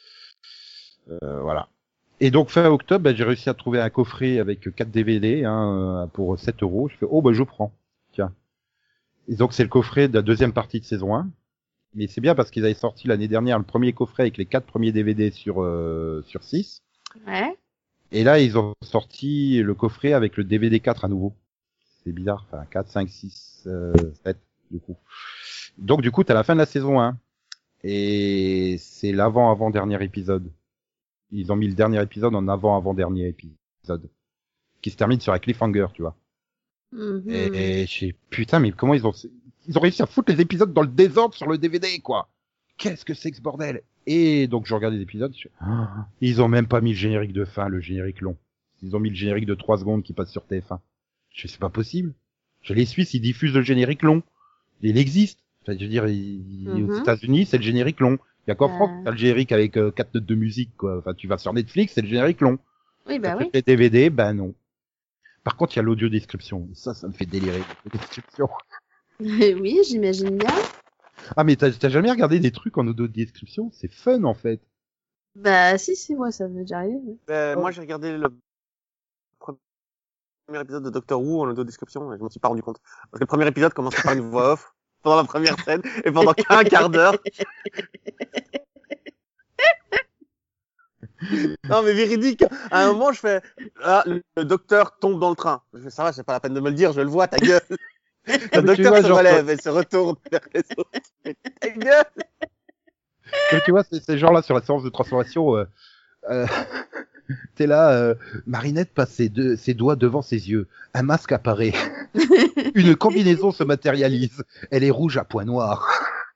euh, voilà. Et donc fin octobre, bah, j'ai réussi à trouver un coffret avec quatre D V D hein, euh, pour sept euros. Je fais oh bah je prends. Tiens. Et donc c'est le coffret de la deuxième partie de saison un. Mais c'est bien parce qu'ils avaient sorti l'année dernière le premier coffret avec les quatre premiers D V D sur euh, sur six. Ouais. Et là ils ont sorti le coffret avec le D V D quatre à nouveau. c'est bizarre. Enfin, quatre, cinq, six, sept, du coup. Donc, du coup, t'as la fin de la saison un. Et c'est l'avant-avant-dernier épisode. Ils ont mis le dernier épisode en avant-avant-dernier épisode. Qui se termine sur un cliffhanger, tu vois. Mhm. Et, et je sais, putain, mais comment ils ont, ils ont réussi à foutre les épisodes dans le désordre sur le D V D, quoi. Qu'est-ce que c'est que ce bordel? Et donc, je regarde les épisodes, je... ah, ils ont même pas mis le générique de fin, le générique long. Ils ont mis le générique de trois secondes qui passe sur T F un. Je sais, c'est pas possible. Chez les Suisses, ils diffusent le générique long. Il existe. Enfin, je veux dire, il... Mhm. aux États-Unis, c'est le générique long. Il y a qu'en Euh. France, t'as le générique avec euh, quatre notes de musique, quoi. Enfin, tu vas sur Netflix, c'est le générique long. Oui, bah oui. Les D V D, ben non. Par contre, il y a l'audio description. Ça, ça me fait délirer. l'audio description. Oui, j'imagine bien. Ah, mais t'as, t'as jamais regardé des trucs en audio description? C'est fun, en fait. Bah si, si, moi ça m'est déjà arrivé. oui. Ben, Oh. Moi, j'ai regardé le premier épisode de Doctor Who en audio description et je m'en suis pas rendu compte. Parce que le premier épisode commence par une voix off pendant la première scène et pendant un quart d'heure. Non, mais véridique. À un moment, je fais, ah, le, le docteur tombe dans le train. Je fais, ça va, c'est pas la peine de me le dire, je le vois, ta gueule. Le Ah, mais tu docteur vois, se genre, relève et se retourne vers les autres. Mais ta gueule. Comme tu vois, c'est, c'est genre là, sur la séance de transformation, euh, euh, t'es là, euh, Marinette passe ses, deux, ses doigts devant ses yeux. Un masque apparaît. Une combinaison se matérialise. Elle est rouge à points noirs.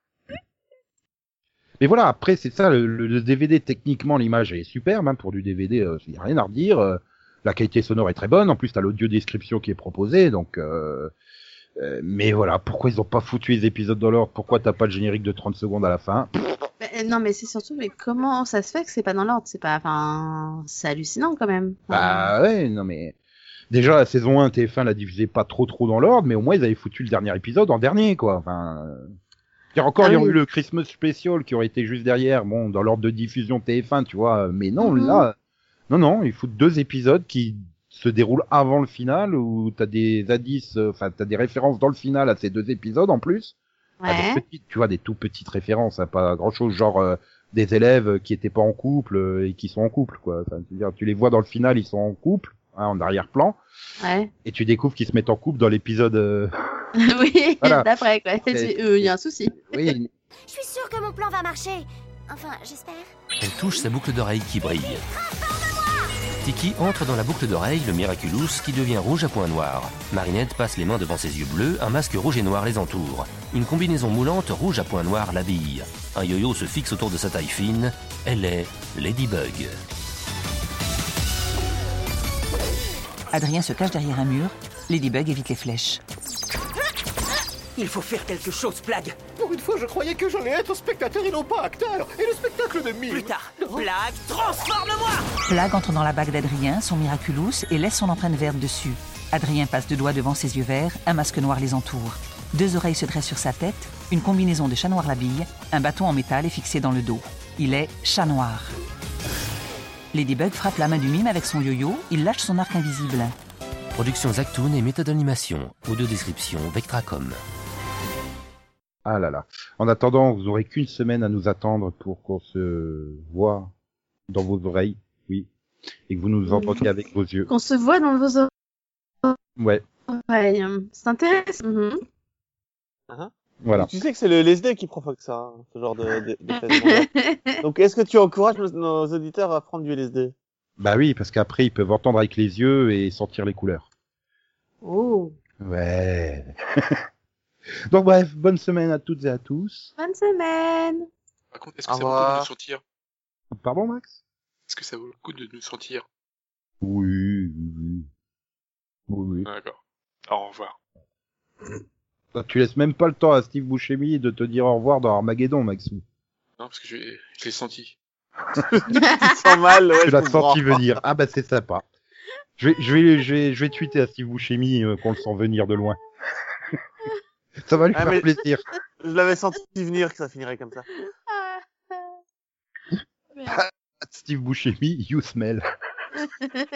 Mais voilà, après, c'est ça, le, le, le D V D, techniquement, l'image est superbe, hein, pour du D V D, il euh, n'y a rien à redire. Euh, la qualité sonore est très bonne, en plus, t'as l'audio description qui est proposée, donc... Euh, euh, mais voilà, pourquoi ils ont pas foutu les épisodes dans l'ordre? Pourquoi t'as pas le générique de trente secondes à la fin? Mais, non, mais c'est surtout, mais comment ça se fait que c'est pas dans l'ordre? C'est pas, enfin, c'est hallucinant quand même. Enfin, Bah ouais, non mais... Déjà, la saison un, T F un la diffusait pas trop trop dans l'ordre, mais au moins, ils avaient foutu le dernier épisode en dernier, quoi. Enfin... euh, Il y a encore, Ah il y aurait oui. eu le Christmas Special qui aurait été juste derrière, bon, dans l'ordre de diffusion T F un, tu vois, mais non, Mhm. là, non, non, il faut deux épisodes qui se déroulent avant le final, où t'as des indices, euh, enfin, t'as des références dans le final à ces deux épisodes en plus. Ah, des ouais. petites, tu vois, des tout petites références, hein, pas grand chose, genre, euh, des élèves qui étaient pas en couple, euh, et qui sont en couple, quoi. Enfin, tu veux dire, tu les vois dans le final, ils sont en couple, hein, en arrière-plan, Ouais. et tu découvres qu'ils se mettent en couple dans l'épisode, euh, oui, Voilà. d'après quoi. Il Et- euh, y a un souci. oui, Je suis sûre que mon plan va marcher. Enfin, j'espère. Elle touche sa boucle d'oreille qui brille. Tiki entre dans la boucle d'oreille, le Miraculous, qui devient rouge à points noirs. Marinette passe les mains devant ses yeux bleus, un masque rouge et noir les entoure. Une combinaison moulante rouge à points noirs l'habille. Un yo-yo se fixe autour de sa taille fine. Elle est Ladybug. Adrien se cache derrière un mur. Ladybug évite les flèches. Il faut faire quelque chose, Plague. Pour une fois, je croyais que j'allais être spectateur et non pas acteur. Et le spectacle de mime. Plus tard. Plague, transforme-moi. Plague entre dans la bague d'Adrien, son Miraculous, et laisse son empreinte verte dessus. Adrien passe deux doigts devant ses yeux verts, un masque noir les entoure. Deux oreilles se dressent sur sa tête, une combinaison de chat noir l'habille, un bâton en métal est fixé dans le dos. Il est chat noir. Ladybug frappe la main du mime avec son yo-yo, il lâche son arc invisible. Production Zactoon et méthode d'animation. Audio description Vectracom. ah là là. En attendant, vous n'aurez qu'une semaine à nous attendre pour qu'on se voit dans vos oreilles, oui, et que vous nous entendiez avec vos yeux. Qu'on se voit dans vos Ouais, oreilles. C'est intéressant. Mhm. voilà. Tu sais que c'est le L S D qui provoque ça, hein, ce genre de, de, d'effet secondaire. Donc, est-ce que tu encourages nos, nos auditeurs à prendre du L S D? Bah oui, parce qu'après, ils peuvent entendre avec les yeux et sentir les couleurs. Oh. Ouais. Donc bref, bonne semaine à toutes et à tous. Bonne semaine. Par contre, est-ce que Au ça vaut le coup de revoir. nous sentir? Pardon, Max? Est-ce que ça vaut le coup de nous sentir? Oui, oui, oui. Oui, oui. D'accord. Au revoir. Toi, tu laisses même pas le temps à Steve Buscemi de te dire au revoir dans Armageddon, Maxou. Non, parce que je, je l'ai senti. Tu te sens mal, ouais, Tu je l'as comprends. senti venir. Ah bah c'est sympa. Je vais, je vais, je vais, je vais tweeter à Steve Buscemi euh, qu'on le sent venir de loin. Ça va lui Ah, faire mais- plaisir. Je l'avais senti venir que ça finirait comme ça. Merde. Steve Buscemi, you smell. Là,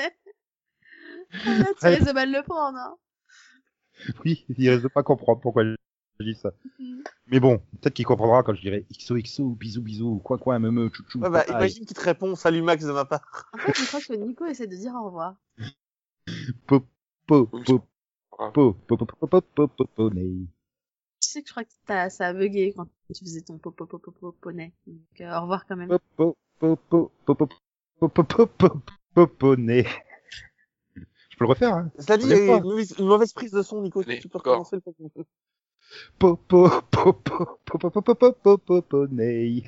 tu risques de mal le prendre. Hein. Oui, il risque de pas comprendre pourquoi je dis ça. Mhm. Mais bon, peut-être qu'il comprendra quand je dirai X O X O, bisous bisous, quoi quoi, me me, chouchou. Ouais, bah, bye. imagine qu'il te répond salut Max de ma part. En fait, je crois que Nico essaie de dire au revoir. Po, po, Oui, po, grave. Po, po, po, po, po, po, po, poney. Tu sais que je crois que t'as, ça a bugué quand tu faisais ton popo popo popo poney. Donc, euh, au revoir quand même. Po, po, po, po, po, po, po, po, po, po, po, poney. Je peux le refaire, hein. Cela dit, il y a Deuxième eu fois. une mauvaise, une mauvaise prise de son, Nico. Allez, Tu peux encore. recommencer le Pokémon. Po, po, po, po, po, po, po, po, po, po, poney.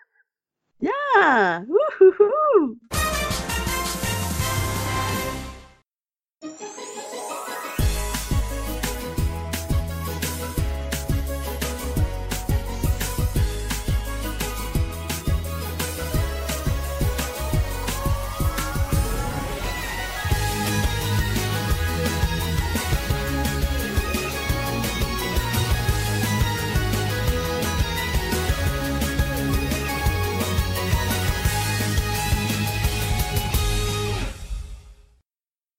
Ah, ouhouhou.